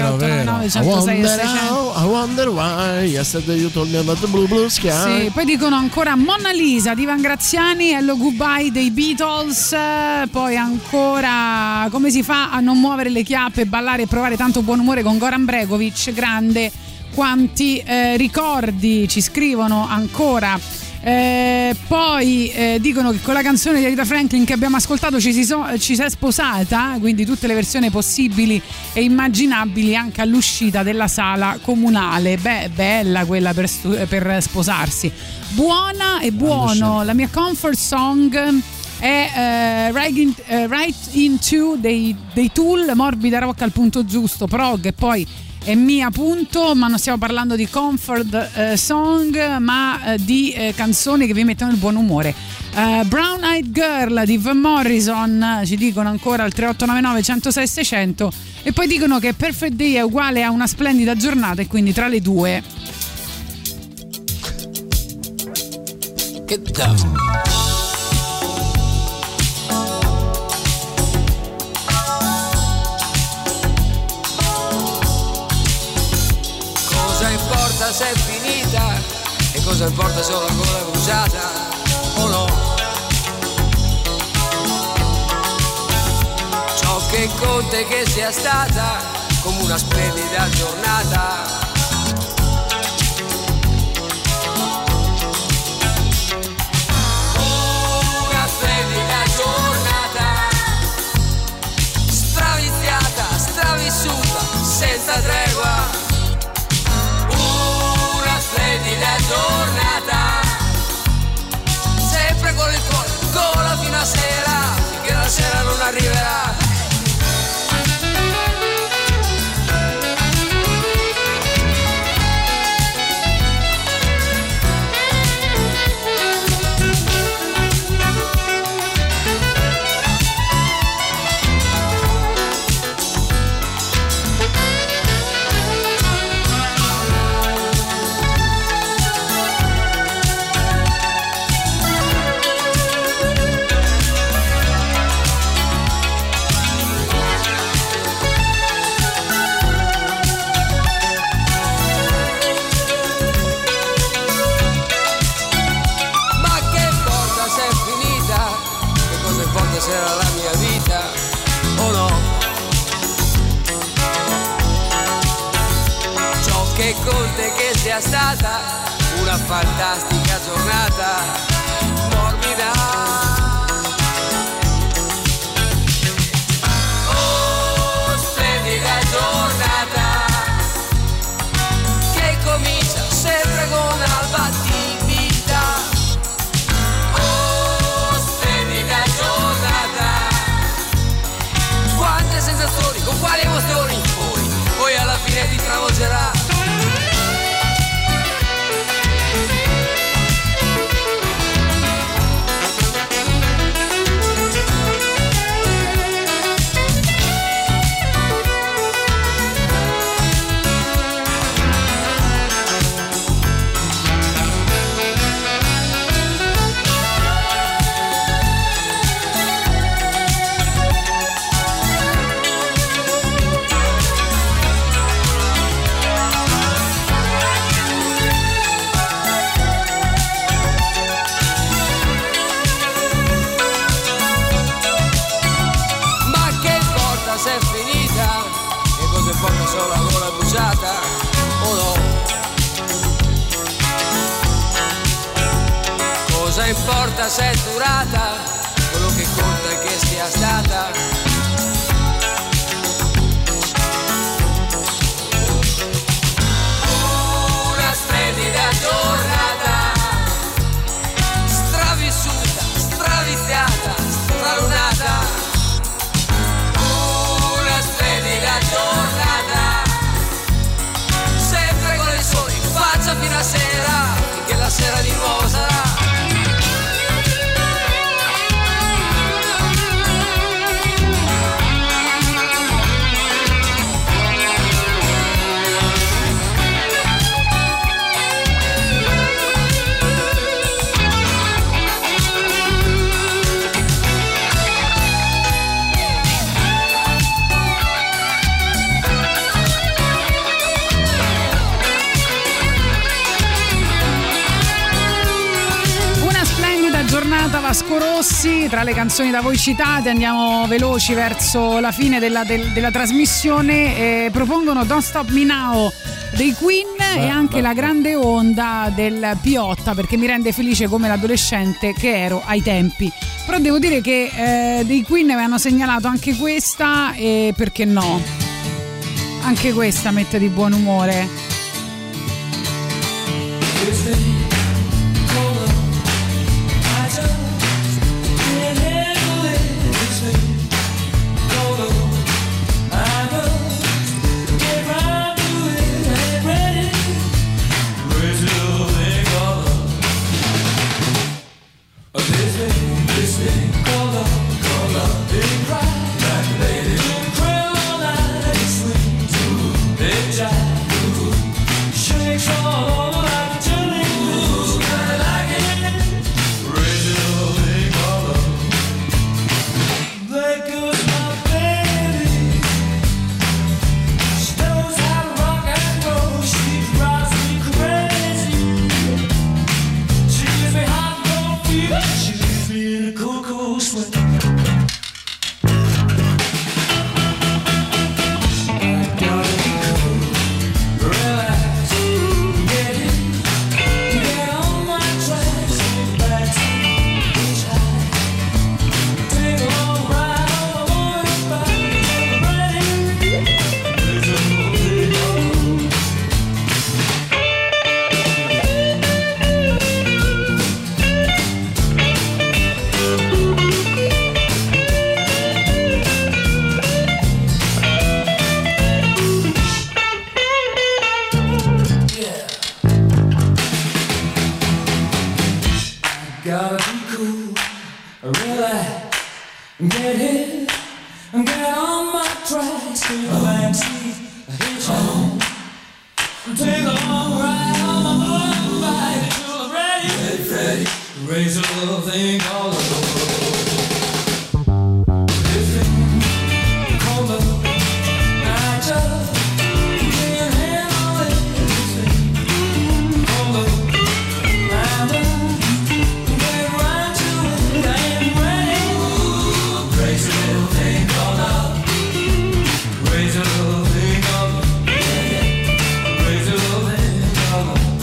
389 106 e 600. I wonder why yesterday you told me about the blue sky. Sì, poi dicono ancora Mona Lisa di Ivan Graziani, Hello Goodbye dei Beatles. Poi ancora come si fa a non muovere le chiappe, ballare e provare tanto buon umore con Goran Bregovic, grande. Quanti ricordi, ci scrivono ancora. Poi dicono che con la canzone di Aretha Franklin che abbiamo ascoltato ci si è sposata, quindi tutte le versioni possibili e immaginabili anche all'uscita della sala comunale. Beh, bella quella per sposarsi. Buona e buono. La mia comfort song è Right Into dei Tool, morbida rock al punto giusto, prog, e poi è mia appunto, ma non stiamo parlando di comfort song, ma di canzoni che vi mettono il buon umore. Brown Eyed Girl di Van Morrison, ci dicono ancora al 3899 106 600, e poi dicono che Perfect Day è uguale a una splendida giornata, e quindi tra le due Get down. Se è finita e cosa importa se ho la gola bruciata o no. Ciò che conta è che sia stata come una splendida giornata. Una splendida giornata, straviziata, stravissuta, senza tregua. sia stata una fantastica giornata morbida. Oh, splendida giornata che comincia sempre con alba tiepida. Oh, splendida giornata, quante sensazioni, con quali emozioni, poi alla fine ti travolgerà. Se è finita, che cosa importa solo la gola bruciata, o no? Cosa importa se è durata, quello che conta è che sia stata. Una splendida giornata, stravissuta, straviziata, stralunata. Giornata sempre con il sole in faccia fino a sera, finché la sera di nuovo sarà. Giornata Vasco Rossi, tra le canzoni da voi citate andiamo veloci verso la fine della trasmissione. Propongono Don't Stop Me Now dei Queen e anche La grande onda del Piotta, perché mi rende felice come l'adolescente che ero ai tempi. Però devo dire che dei Queen mi hanno segnalato anche questa, e perché no, anche questa mette di buon umore. Raise a little thing on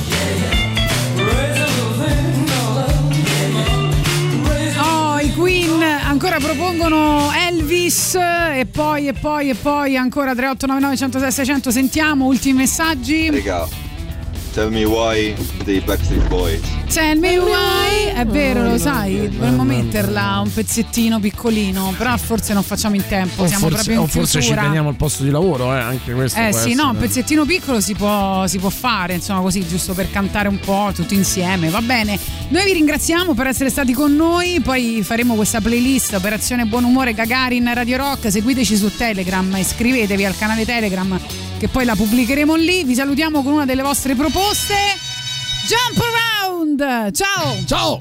Kiss e poi ancora 3899 106 600. Sentiamo ultimi messaggi. Raga, Tell Me Why dei Backstreet Boys. Tell Me Why, è vero, lo sai, dovremmo metterla un pezzettino piccolino, però forse non facciamo in tempo, siamo proprio in chiusura. Forse ci teniamo al posto di lavoro, anche questo. Sì, no, un pezzettino piccolo si può fare, insomma, così, giusto per cantare un po' tutti insieme, va bene. Noi vi ringraziamo per essere stati con noi, poi faremo questa playlist Operazione Buon Umore Gagarin Radio Rock, seguiteci su Telegram, iscrivetevi al canale Telegram che poi la pubblicheremo lì. Vi salutiamo con una delle vostre proposte. Jump Around! Ciao! Ciao!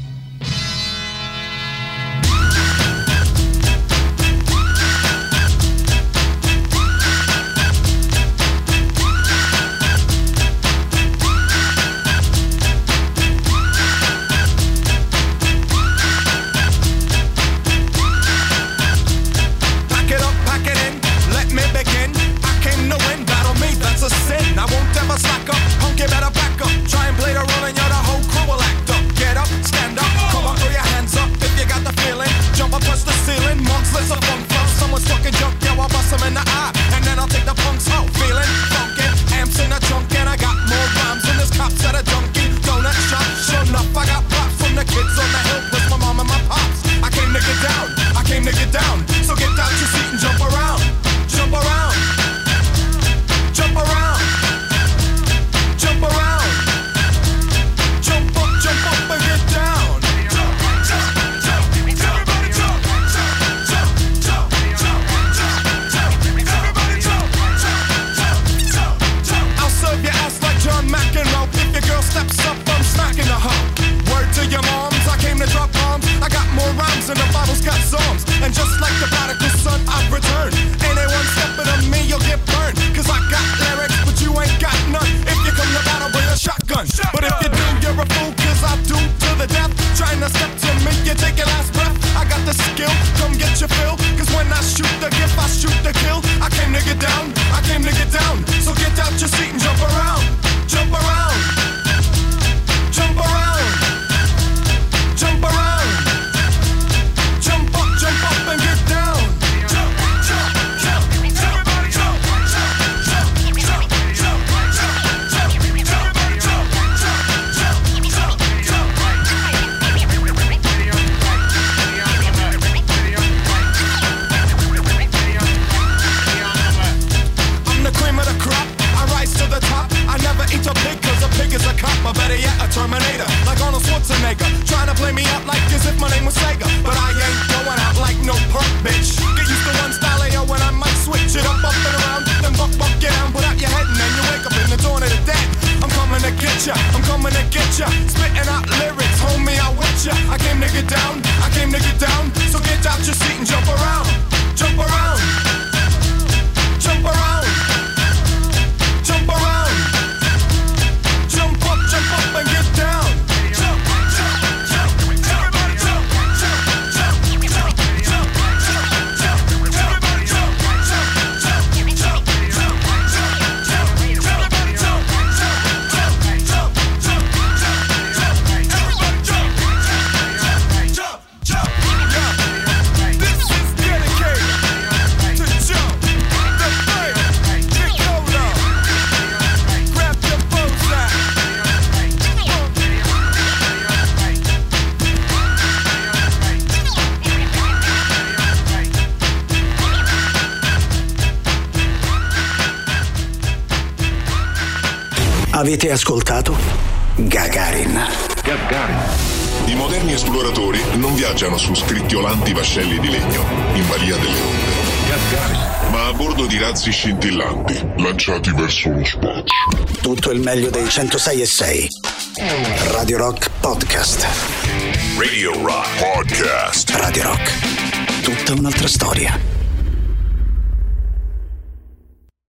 Avete ascoltato Gagarin. I moderni esploratori non viaggiano su scricchiolanti vascelli di legno in balia delle onde, ma a bordo di razzi scintillanti lanciati verso lo spazio. Tutto il meglio dei 106.6 Radio Rock Podcast. Radio Rock Podcast. Radio Rock, tutta un'altra storia.